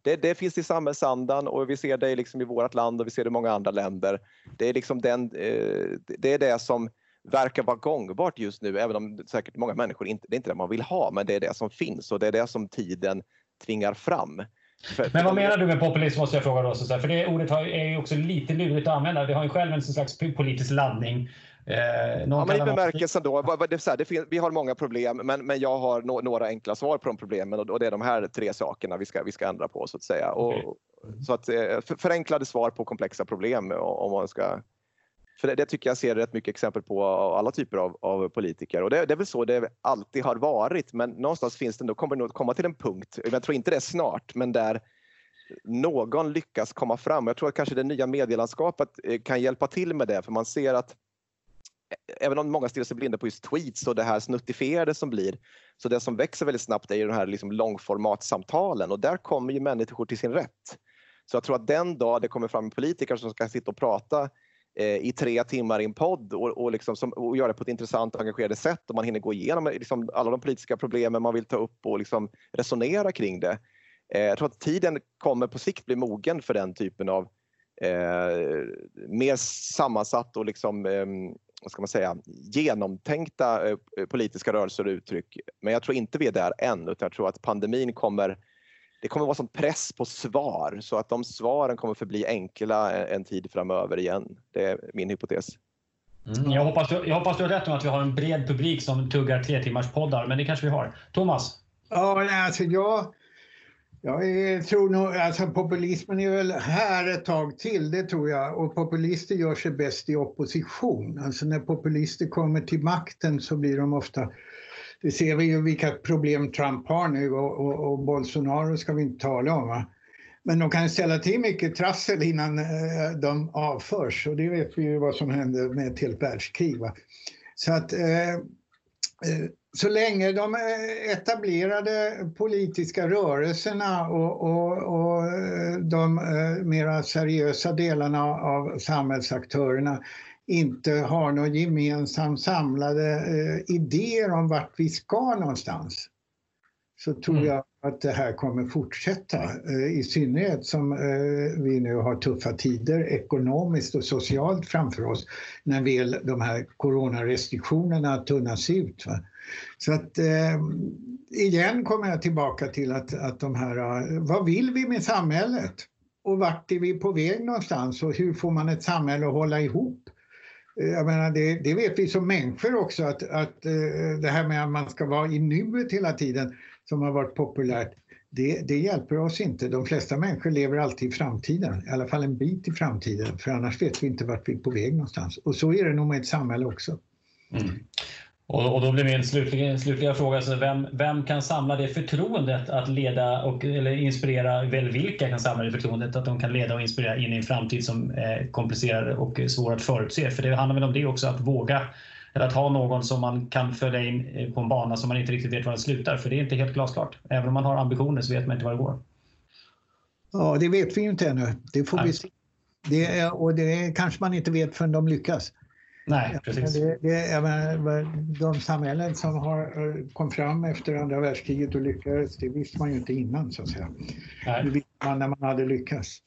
det, det finns i samhällsandan och vi ser det liksom i vårt land och vi ser det i många andra länder. Det är liksom den, eh, det är det som verkar vara gångbart just nu, även om säkert många människor inte, det är inte det man vill ha, men det är det som finns och det är det som tiden tvingar fram. För, men vad menar du med populism, måste jag fråga då? Så för det ordet är ju också lite lurigt att använda. Vi har ju själv en slags politisk laddning. Eh, ja, men i bemärkelsen då, det är så här, det finns, vi har många problem, men, men jag har no, några enkla svar på de problemen och, och det är de här tre sakerna vi ska, vi ska ändra på, så att säga. Okay. Och, så att, för, förenklade svar på komplexa problem, om man ska... För det, det tycker jag ser rätt mycket exempel på alla typer av, av politiker. Och det, det är väl så det alltid har varit. Men någonstans finns det nog, kommer det nog komma till en punkt, jag tror inte det är snart, men där någon lyckas komma fram. Jag tror att kanske det nya medielandskapet kan hjälpa till med det. För man ser att även om många stirrar sig blinda på just tweets och det här snuttifierade som blir, så det som växer väldigt snabbt är ju de här liksom långformatsamtalen. Och där kommer ju människor till sin rätt. Så jag tror att den dag det kommer fram politiker som ska sitta och prata i tre timmar i en podd och, och, liksom som, och göra det på ett intressant och engagerande sätt och man hinner gå igenom liksom alla de politiska problemen man vill ta upp och liksom resonera kring det. Eh, jag tror att tiden kommer på sikt bli mogen för den typen av eh, mer sammansatt och liksom, eh, vad ska man säga, genomtänkta eh, politiska rörelser och uttryck. Men jag tror inte vi är där än, utan jag tror att pandemin kommer Det kommer vara sån press på svar så att de svaren kommer förbli enkla en tid framöver igen. Det är min hypotes. Mm, jag, hoppas du, jag hoppas du har rätt om att vi har en bred publik som tuggar tre timmars poddar, men det kanske vi har. Thomas? Ja, alltså jag, jag tror nog, alltså populismen är väl här ett tag till, det tror jag. Och populister gör sig bäst i opposition. Alltså när populister kommer till makten så blir de ofta... Det ser vi ju vilka problem Trump har nu och, och, och Bolsonaro ska vi inte tala om. Va? Men de kan ställa till mycket trassel innan eh, de avförs. Och det vet vi ju vad som hände med ett helt världskrig. Va? Så att eh, eh, så länge de etablerade politiska rörelserna och, och, och de eh, mera seriösa delarna av samhällsaktörerna inte har några gemensamt samlade eh, idéer om vart vi ska någonstans, så tror mm. jag att det här kommer fortsätta. Eh, I synnerhet som eh, vi nu har tuffa tider ekonomiskt och socialt framför oss när väl de här coronarestriktionerna tunnas ut. Va? Så att eh, igen kommer jag tillbaka till att, att de här, vad vill vi med samhället? Och vart är vi på väg någonstans? Och hur får man ett samhälle att hålla ihop? Jag menar, det, det vet vi som människor också, att, att det här med att man ska vara i nuet hela tiden som har varit populärt, det, det hjälper oss inte. De flesta människor lever alltid i framtiden, i alla fall en bit i framtiden, för annars vet vi inte vart vi är på väg någonstans. Och så är det nog med ett samhälle också. Mm. Och, och då blir min slutliga, slutliga fråga, så vem, vem kan samla det förtroendet att leda och eller inspirera, väl vilka kan samla det förtroendet att de kan leda och inspirera in i en framtid som är komplicerad och svår att förutse? För det handlar väl om det också, att våga, eller att ha någon som man kan följa in på en bana som man inte riktigt vet var den slutar, för det är inte helt glasklart. Även om man har ambitioner så vet man inte var det går. Ja, det vet vi ju inte ännu. Det får vi se. Det är, och det kanske man inte vet förrän de lyckas. Nej, precis. Det, det, jag menar, de samhällen som har kom fram efter andra världskriget och lyckades, det visste man ju inte innan, så att säga. Nej. Det visste man när man hade lyckats.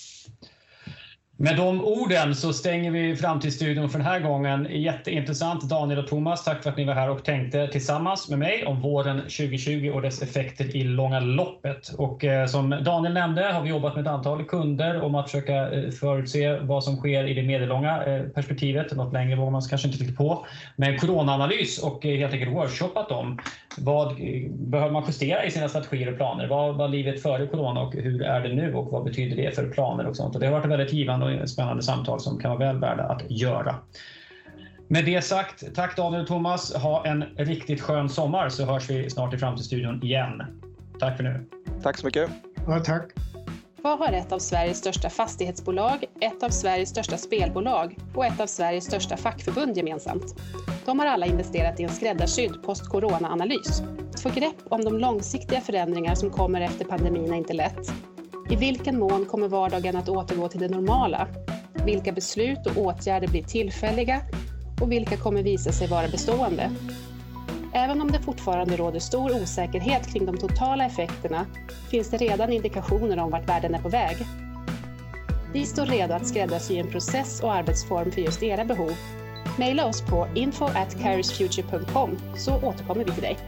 Med de orden så stänger vi Framtidsstudion för den här gången. Jätteintressant, Daniel och Thomas. Tack för att ni var här och tänkte tillsammans med mig om våren tjugo tjugo och dess effekter i långa loppet. Och eh, som Daniel nämnde har vi jobbat med ett antal kunder om att försöka eh, förutse vad som sker i det medellånga eh, perspektivet. Något längre vågar man kanske inte riktigt på. Med en coronaanalys och eh, helt enkelt workshoppat om vad eh, behöver man justera i sina strategier och planer. Vad var livet före corona och hur är det nu och vad betyder det för planer och sånt. Och det har varit väldigt givande och spännande samtal som kan vara väl värda att göra. Med det sagt, tack Daniel och Thomas. Ha en riktigt skön sommar, så hörs vi snart i Framtidsstudion igen. Tack för nu. Tack så mycket. Ja, tack. Vad har ett av Sveriges största fastighetsbolag, ett av Sveriges största spelbolag och ett av Sveriges största fackförbund gemensamt? De har alla investerat i en skräddarsydd post-corona-analys. Att få grepp om de långsiktiga förändringar som kommer efter pandemin är inte lätt. I vilken mån kommer vardagen att återgå till det normala? Vilka beslut och åtgärder blir tillfälliga? Och vilka kommer visa sig vara bestående? Även om det fortfarande råder stor osäkerhet kring de totala effekterna finns det redan indikationer om vart världen är på väg. Vi står redo att skräddarsy en process och arbetsform för just era behov. Maila oss på info at kairos future punkt com så återkommer vi till dig.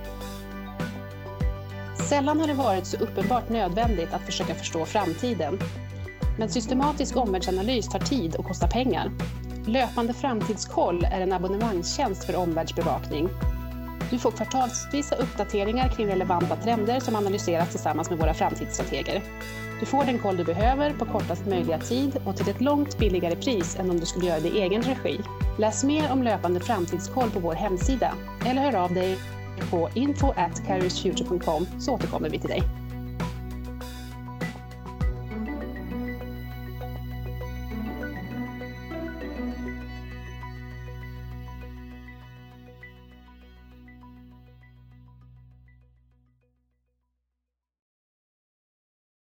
Sällan har det varit så uppenbart nödvändigt att försöka förstå framtiden. Men systematisk omvärldsanalys tar tid och kostar pengar. Löpande framtidskoll är en abonnemangstjänst för omvärldsbevakning. Du får kvartalsvisa uppdateringar kring relevanta trender som analyseras tillsammans med våra framtidsstrateger. Du får den koll du behöver på kortast möjliga tid och till ett långt billigare pris än om du skulle göra det i egen regi. Läs mer om löpande framtidskoll på vår hemsida eller hör av dig på info at kairos future punkt com så återkommer vi till dig.